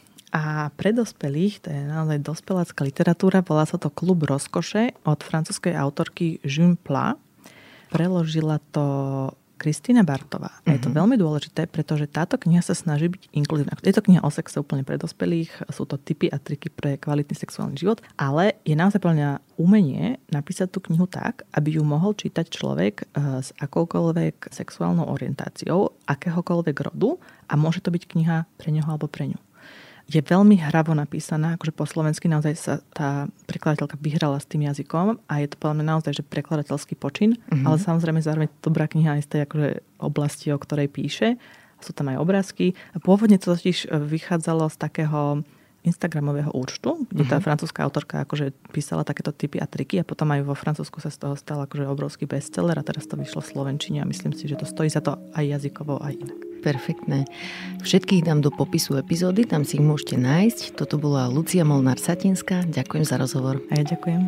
A pre dospelých, to je naozaj dospelácka literatúra, volá sa to Klub rozkoše od francúzskej autorky June Pla. Preložila to Kristína Bartová. A je to veľmi dôležité, pretože táto kniha sa snaží byť inkluzívna. Je to kniha o sexe úplne pre dospelých, sú to tipy a triky pre kvalitný sexuálny život, ale je naozaj pre mňa umenie napísať tú knihu tak, aby ju mohol čítať človek s akoukoľvek sexuálnou orientáciou, akéhokoľvek rodu a môže to byť kniha pre neho alebo pre ňu. Je veľmi hravo napísaná, akože po slovensky naozaj sa tá prekladateľka vyhrala s tým jazykom a je to podľa mňa naozaj že prekladateľský počin, ale samozrejme zároveň dobrá kniha aj z tej akože oblasti, o ktorej píše. Sú tam aj obrázky. Pôvodne to totiž vychádzalo z takého instagramového účtu, kde tá francúzska autorka akože písala takéto tipy a triky a potom aj vo Francúzsku sa z toho stal akože obrovský bestseller a teraz to vyšlo v slovenčine a myslím si, že to stojí za to aj jazykovo, aj inak. Perfektné. Všetkých dám do popisu epizódy, tam si ich môžete nájsť. Toto bola Lucia Molnár-Satinská. Ďakujem za rozhovor. A ja ďakujem.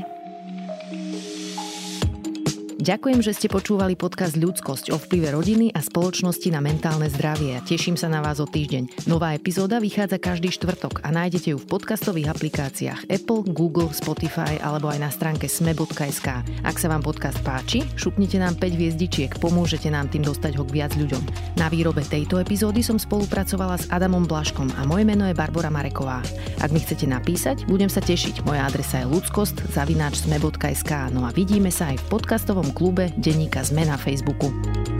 Ďakujem, že ste počúvali podcast Ľudskosť o vplyve rodiny a spoločnosti na mentálne zdravie a teším sa na vás o týždeň. Nová epizóda vychádza každý štvrtok a nájdete ju v podcastových aplikáciách Apple, Google, Spotify alebo aj na stránke sme.sk. Ak sa vám podcast páči, šupnite nám 5 hviezdičiek, pomôžete nám tým dostať ho k viac ľuďom. Na výrobe tejto epizódy som spolupracovala s Adamom Blaškom a moje meno je Barbora Mareková. Ak mi chcete napísať, budem sa tešiť. Moja adresa je ludskost@sme.sk. No a vidíme sa aj v podcastovom klube denníka SME na Facebooku.